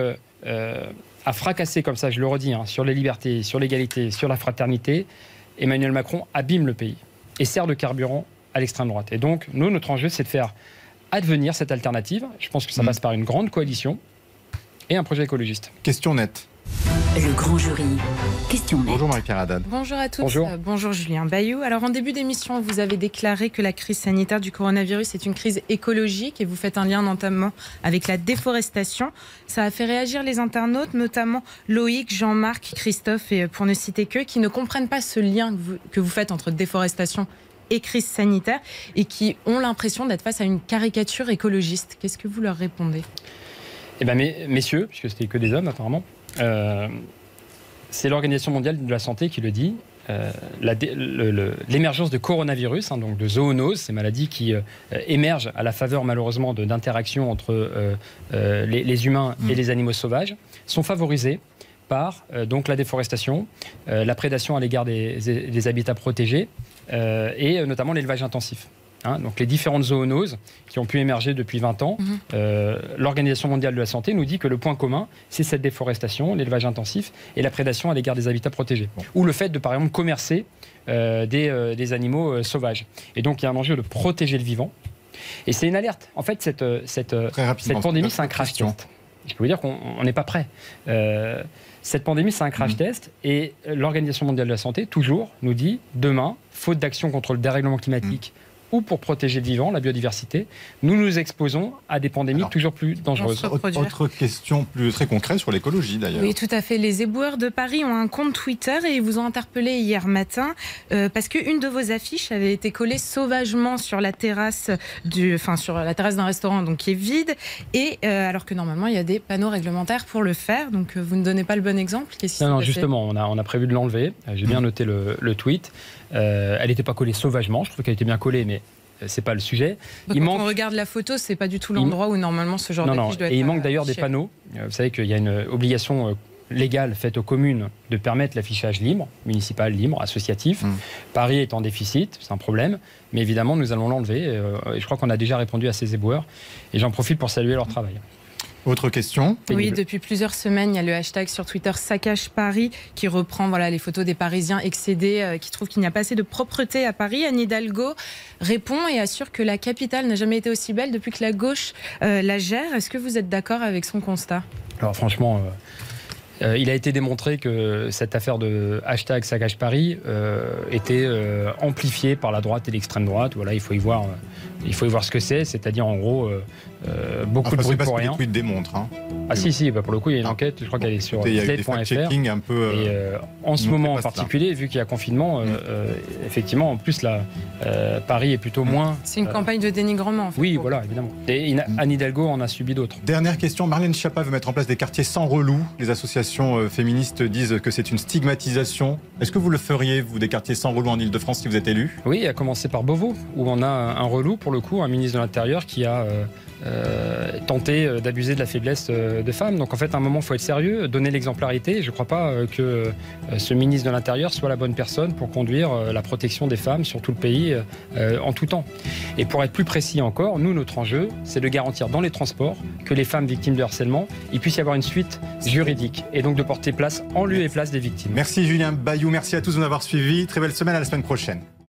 à fracasser comme ça, je le redis, sur les libertés, sur l'égalité, sur la fraternité, Emmanuel Macron abîme le pays et sert de carburant à l'extrême droite. Et donc, notre enjeu, c'est de faire advenir cette alternative. Je pense que ça passe par une grande coalition et un projet écologiste. Question nette. Le grand jury. Question nette. Bonjour Marie-Pierre Haddad. Bonjour à tous. Bonjour Julien Bayou. Alors en début d'émission, vous avez déclaré que la crise sanitaire du coronavirus est une crise écologique et vous faites un lien notamment avec la déforestation. Ça a fait réagir les internautes, notamment Loïc, Jean-Marc, Christophe et pour ne citer qu'eux, qui ne comprennent pas ce lien que vous faites entre déforestation et crise sanitaire et qui ont l'impression d'être face à une caricature écologiste. Qu'est-ce que vous leur répondez? Eh bien, messieurs, puisque c'était que des hommes apparemment, c'est l'Organisation mondiale de la santé qui le dit. L'émergence de coronavirus, donc de zoonoses, ces maladies qui émergent à la faveur malheureusement d'interactions entre les humains et les animaux sauvages, sont favorisées par donc la déforestation, la prédation à l'égard des habitats protégés et notamment l'élevage intensif. Donc les différentes zoonoses qui ont pu émerger depuis 20 ans, l'Organisation mondiale de la santé nous dit que le point commun, c'est cette déforestation, l'élevage intensif et la prédation à l'égard des habitats protégés. Ou le fait de, par exemple, commercer des animaux sauvages. Et donc il y a un enjeu de protéger le vivant. Et c'est une alerte. En fait, cette pandémie, c'est un crash test. Je peux vous dire qu'on n'est pas prêt. Cette pandémie, c'est un crash test. Et l'Organisation mondiale de la santé, toujours, nous dit, demain, faute d'action contre le dérèglement climatique, ou pour protéger le vivant, la biodiversité, nous nous exposons à des pandémies toujours plus dangereuses. Autre question très concrète sur l'écologie d'ailleurs. Oui, tout à fait. Les éboueurs de Paris ont un compte Twitter et ils vous ont interpellé hier matin parce qu'une de vos affiches avait été collée sauvagement sur la terrasse d'un restaurant donc, qui est vide et alors que normalement il y a des panneaux réglementaires pour le faire. Donc vous ne donnez pas le bon exemple. Non, justement, on a prévu de l'enlever. J'ai bien noté le tweet. Elle n'était pas collée sauvagement. Je trouve qu'elle était bien collée, mais c'est pas le sujet. Quand on regarde la photo, c'est pas du tout l'endroit où normalement ce genre d'affiche doit être. Et il manque d'ailleurs des panneaux. Vous savez qu'il y a une obligation légale faite aux communes de permettre l'affichage libre, municipal, libre, associatif. Paris est en déficit, c'est un problème. Mais évidemment, nous allons l'enlever. Et je crois qu'on a déjà répondu à ces éboueurs. Et j'en profite pour saluer leur travail. Autre question? Oui, depuis plusieurs semaines, il y a le hashtag sur Twitter Saccage Paris qui reprend les photos des Parisiens excédés qui trouvent qu'il n'y a pas assez de propreté à Paris. Anne Hidalgo répond et assure que la capitale n'a jamais été aussi belle depuis que la gauche la gère. Est-ce que vous êtes d'accord avec son constat? Alors franchement, il a été démontré que cette affaire de hashtag Saccage Paris était amplifiée par la droite et l'extrême droite. Voilà, il faut y voir ce que c'est-à-dire en gros beaucoup de bruit pour rien. C'est pas ce que les tweets démontrent. Hein. Ah si, bah pour le coup il y a une enquête, je crois qu'elle est sur slate.fr. Un peu, et en ce moment en particulier, vu qu'il y a confinement, effectivement, en plus là, Paris est plutôt moins. C'est une campagne de dénigrement. En fait. Oui, voilà, évidemment. Et Anne Hidalgo en a subi d'autres. Dernière question, Marlène Schiappa veut mettre en place des quartiers sans relous. Les associations féministes disent que c'est une stigmatisation. Est-ce que vous le feriez, vous, des quartiers sans relous en Ile-de-France si vous êtes élu? Oui, à commencer par Beauvau, où on a un relou, pour le coup, un ministre de l'Intérieur qui a tenté d'abuser de la faiblesse de femmes. Donc en fait, à un moment, il faut être sérieux, donner l'exemplarité. Je ne crois pas que ce ministre de l'Intérieur soit la bonne personne pour conduire la protection des femmes sur tout le pays en tout temps. Et pour être plus précis encore, nous, notre enjeu, c'est de garantir dans les transports que les femmes victimes de harcèlement, il puisse y avoir une suite juridique et donc de porter place en lieu et place des victimes. Merci Julien Bayou, merci à tous de nous avoir suivis. Très belle semaine, à la semaine prochaine.